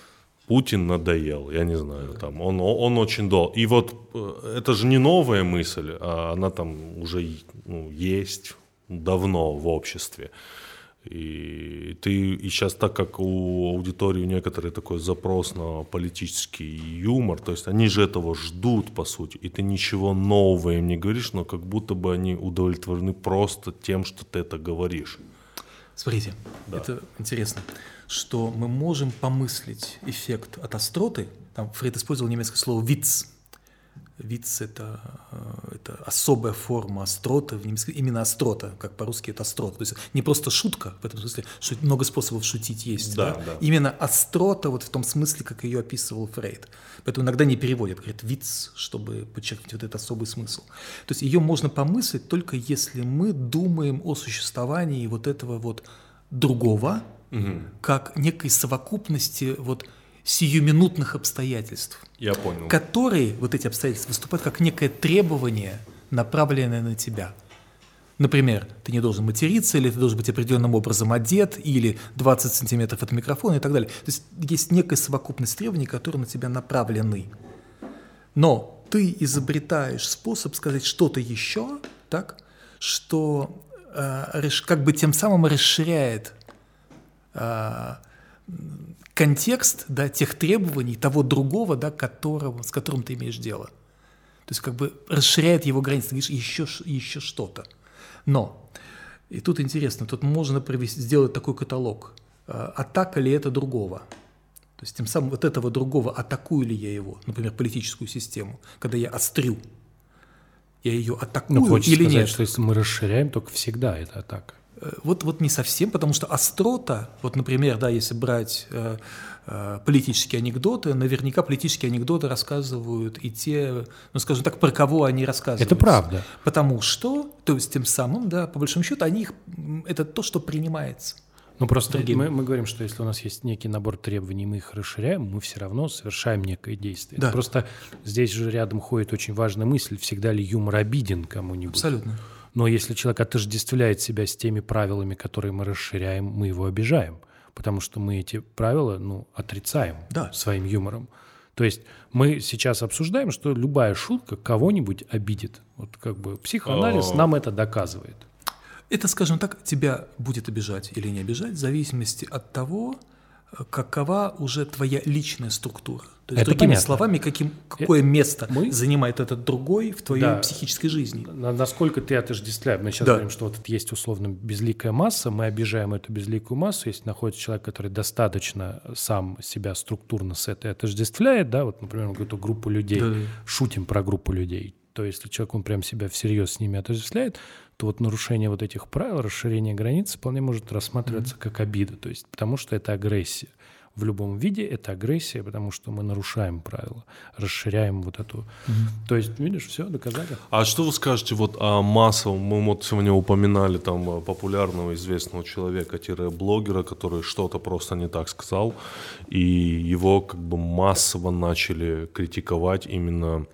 Путин надоел, я не знаю, там, он очень долг. И вот это же не новая мысль, а она там уже есть давно в обществе. И сейчас, так как у аудитории некоторый такой запрос на политический юмор, то есть они же этого ждут, по сути, и ты ничего нового им не говоришь, но как будто бы они удовлетворены просто тем, что ты это говоришь. Смотрите, это интересно, что мы можем помыслить эффект от остроты. Там Фрейд использовал немецкое слово «виц». Виц – это особая форма остроты, в немецком, именно острота, как по-русски это острота. То есть не просто шутка, в этом смысле, много способов шутить есть. Да. Именно острота вот в том смысле, как ее описывал Фрейд. Поэтому иногда не переводят, говорят «виц», чтобы подчеркнуть вот этот особый смысл. То есть ее можно помыслить только если мы думаем о существовании вот этого вот другого, как некой совокупности вот сиюминутных обстоятельств, я понял, которые, вот эти обстоятельства, выступают как некое требование, направленное на тебя. Например, ты не должен материться, или ты должен быть определенным образом одет, или 20 сантиметров от микрофона и так далее. То есть есть некая совокупность требований, которые на тебя направлены. Но ты изобретаешь способ сказать что-то еще, так, что как бы тем самым расширяет контекст, да, тех требований, того другого, да, с которым ты имеешь дело. То есть как бы расширяет его границы, ты говоришь еще что-то. Но, и тут интересно, тут можно сделать такой каталог. Атака ли это другого? То есть тем самым вот этого другого, атакую ли я его, например, политическую систему, когда я острю, я ее атакую или сказать, нет? Что если мы расширяем, то всегда это атака. Вот не совсем, потому что острота, вот, например, да, если брать политические анекдоты, наверняка политические анекдоты рассказывают и те, ну, скажем так, про кого они рассказывают. Это правда. Потому что, то есть тем самым, да, по большому счету, это то, что принимается. Ну, просто мы говорим, что если у нас есть некий набор требований, мы их расширяем, мы все равно совершаем некое действие. Да. Просто здесь же рядом ходит очень важная мысль, всегда ли юмор обиден кому-нибудь. Абсолютно. Но если человек отождествляет себя с теми правилами, которые мы расширяем, мы его обижаем, потому что мы эти правила, отрицаем своим юмором. То есть мы сейчас обсуждаем, что любая шутка кого-нибудь обидит. Вот как бы психоанализ нам это доказывает. Это, скажем так, тебя будет обижать или не обижать в зависимости от того, какова уже твоя личная структура. То есть, другими словами, какое место занимает этот другой в твоей психической жизни. Насколько ты отождествляешь. Мы сейчас говорим, что вот есть условно безликая масса, мы обижаем эту безликую массу, если находится человек, который достаточно сам себя структурно с этой отождествляет, да, вот, например, какую-то группу людей, шутим про группу людей, то если человек, он прям себя всерьез с ними отождествляет, то вот нарушение вот этих правил, расширение границ вполне может рассматриваться как обида, то есть потому что это агрессия. В любом виде это агрессия, потому что мы нарушаем правила, расширяем вот эту... То есть, видишь, все, доказали. А что вы скажете вот о массовом, мы вот сегодня упоминали там популярного известного человека-блогера, который что-то просто не так сказал, и его как бы массово начали критиковать именно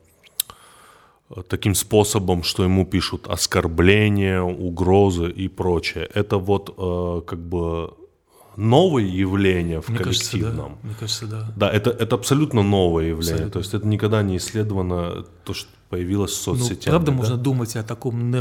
таким способом, что ему пишут оскорбления, угрозы и прочее. Это вот как бы новое явление в коллективном. Мне кажется, да. Да, это абсолютно новое явление. Абсолютно. То есть это никогда не исследовано, то, что появилось в соцсетях. Правда, можно думать о таком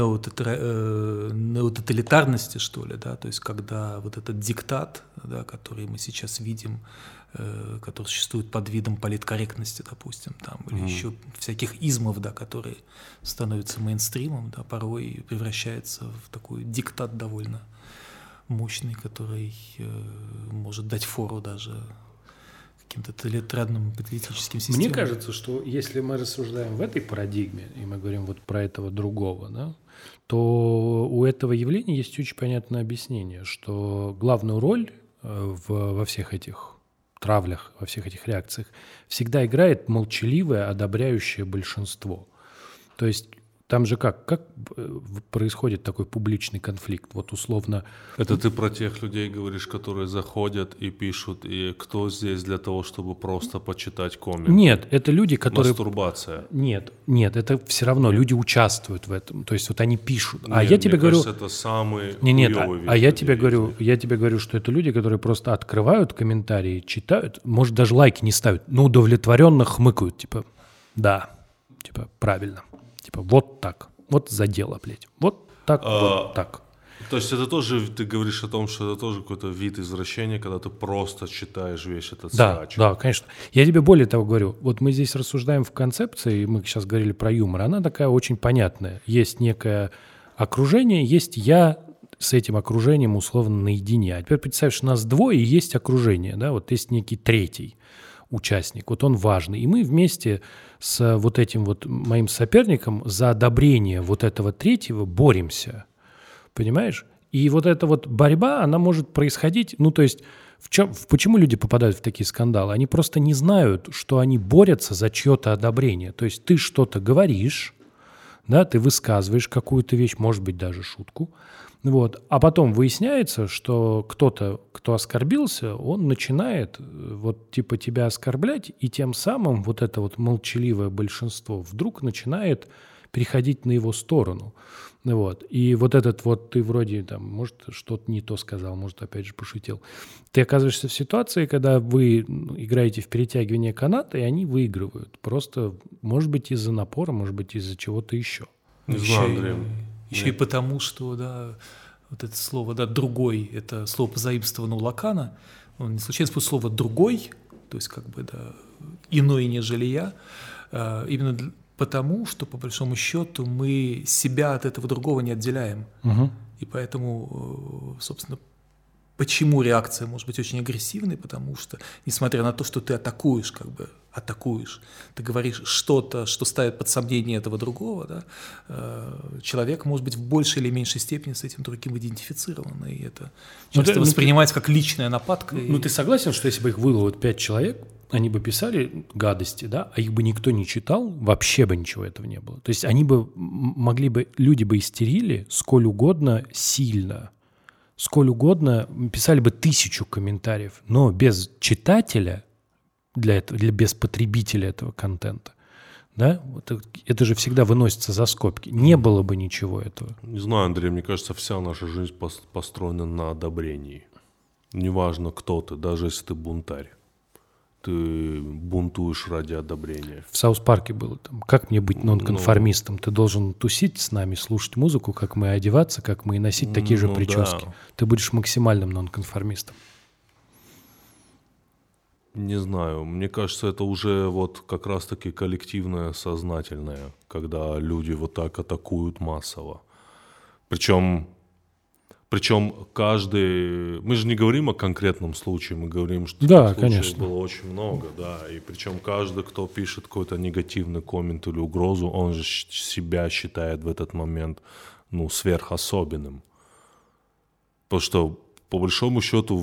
неототалитарности, что ли, да, то есть когда вот этот диктат, да, который мы сейчас видим, который существует под видом политкорректности, допустим, там, или еще всяких измов, да, которые становятся мейнстримом, да, порой превращается в такой диктат довольно мощный, который может дать фору даже каким-то тоталитарным политическим системам. Мне кажется, что если мы рассуждаем в этой парадигме, и мы говорим вот про этого другого, да, то у этого явления есть очень понятное объяснение, что главную роль во всех этих травлях, во всех этих реакциях всегда играет молчаливое, одобряющее большинство. То есть там же как происходит такой публичный конфликт? Вот условно... Это ты про тех людей говоришь, которые заходят и пишут, и кто здесь для того, чтобы просто почитать комменты? Нет, это люди, которые... Мастурбация. Нет, это все равно люди участвуют в этом. То есть вот они пишут. Нет, Я тебе говорю... кажется, это самый Нет, хуёвый вид я тебе говорю, что это люди, которые просто открывают комментарии, читают, может, даже лайки не ставят, но удовлетворенно хмыкают, типа, да, типа, правильно, типа, вот так, вот за дело, блядь, вот так, вот так. То есть это тоже, ты говоришь о том, что это тоже какой-то вид извращения, когда ты просто читаешь весь этот срач. Да, конечно. Я тебе более того говорю, вот мы здесь рассуждаем в концепции, мы сейчас говорили про юмор, она такая очень понятная. Есть некое окружение, есть я с этим окружением условно наедине. А теперь представь, что нас двое, и есть окружение, да, вот есть некий третий участник, вот он важный. И мы вместе с вот этим вот моим соперником за одобрение вот этого третьего боремся. Понимаешь? И вот эта вот борьба, она может происходить, ну, то есть, почему люди попадают в такие скандалы? Они просто не знают, что они борются за чье-то одобрение. То есть ты что-то говоришь, да, ты высказываешь какую-то вещь, может быть, даже шутку, вот, а потом выясняется, что кто-то, кто оскорбился, он начинает вот типа тебя оскорблять, и тем самым вот это вот молчаливое большинство вдруг начинает переходить на его сторону. Вот. И вот этот вот ты вроде там, может, что-то не то сказал, может, опять же, пошутил. Ты оказываешься в ситуации, когда вы играете в перетягивание каната, и они выигрывают. Просто, может быть, из-за напора, может быть, из-за чего-то еще. Не знаю, Андрей. Еще и потому, что, да, вот это слово, да, «другой», это слово позаимствовано у Лакана. Он не случайно использует слово «другой», то есть, как бы, да, иной, нежели я, именно потому, что, по большому счету, мы себя от этого другого не отделяем. Угу. И поэтому, собственно, почему реакция может быть очень агрессивной? Потому что, несмотря на то, что ты атакуешь, ты говоришь что-то, что ставит под сомнение этого другого, да, человек может быть в большей или меньшей степени с этим другим идентифицирован. И это часто воспринимается как личная нападка. Ну, ты согласен, что если бы их было вот 5 человек, они бы писали гадости, да, а их бы никто не читал, вообще бы ничего этого не было. То есть они бы могли бы, люди бы истерили сколь угодно сильно, сколь угодно, писали бы 1000 комментариев, но без читателя, без потребителя этого контента, да, это же всегда выносится за скобки. Не было бы ничего этого. Не знаю, Андрей, мне кажется, вся наша жизнь построена на одобрении. Неважно, кто ты, даже если ты бунтарь. Ты бунтуешь ради одобрения. В Саус-парке было там, как мне быть нонконформистом? Ты должен тусить с нами, слушать музыку, как мы одеваться, как мы носить такие же прически. Да. Ты будешь максимальным нонконформистом. Не знаю, мне кажется, это уже вот как раз-таки коллективное, сознательное, когда люди вот так атакуют массово. Причем каждый... Мы же не говорим о конкретном случае, мы говорим, что да, случаев конечно. было очень много, да. И причем каждый, кто пишет какой-то негативный коммент или угрозу, он же себя считает в этот момент, сверхособенным. Потому что, по большому счету,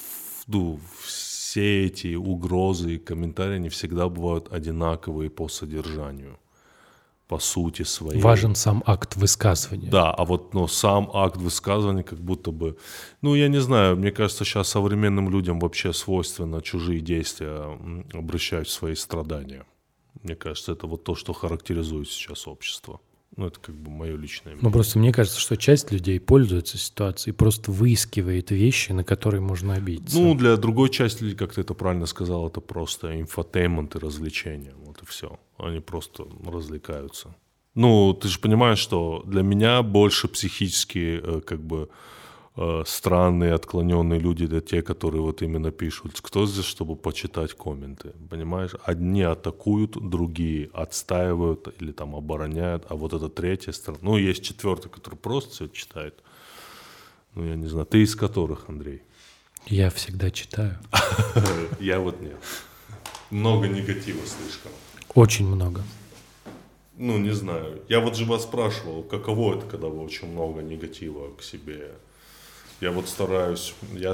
все эти угрозы и комментарии не всегда бывают одинаковые по содержанию. По сути своей. Важен сам акт высказывания. Да, а вот сам акт высказывания как будто бы... я не знаю, мне кажется, сейчас современным людям вообще свойственно чужие действия обращать в свои страдания. Мне кажется, это вот то, что характеризует сейчас общество. Это как бы мое личное мнение. Просто мне кажется, что часть людей пользуется ситуацией и просто выискивает вещи, на которые можно обидеться. Для другой части людей, как ты это правильно сказал, это просто инфотеймент и развлечения. Вот и все. Они просто развлекаются. Ты же понимаешь, что для меня больше психически странные, отклоненные люди, это те, которые вот именно пишут. Кто здесь, чтобы почитать комменты? Понимаешь? Одни атакуют, другие отстаивают или там обороняют, а вот эта третья сторона. Есть четвертый, который просто все читает. Я не знаю. Ты из которых, Андрей? Я всегда читаю. Я вот нет. Много негатива слишком. Очень много. Не знаю. Я вот же вас спрашивал, каково это, когда вы очень много негатива к себе. Я стараюсь,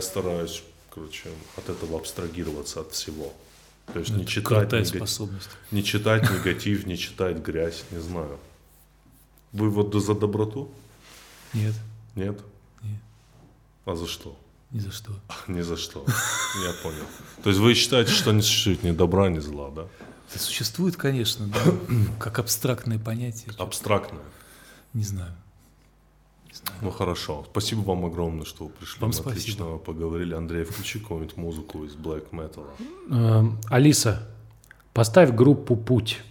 от этого абстрагироваться от всего. То есть не читать негатив, не читать негатив, не читать грязь, не знаю. Вы вот за доброту? Нет, Нет? нет, А за что? ни за что. Ни за что. Я понял. То есть вы считаете, что не существует ни добра, ни зла, да? Это существует, конечно, да, как абстрактное понятие. Абстрактное. Не знаю. Ну хорошо. Спасибо вам огромное, что вы пришли. Вам Мы спасибо. отлично поговорили. Андрей, включи какую-нибудь музыку из Black Metal. Алиса, поставь группу «Путь».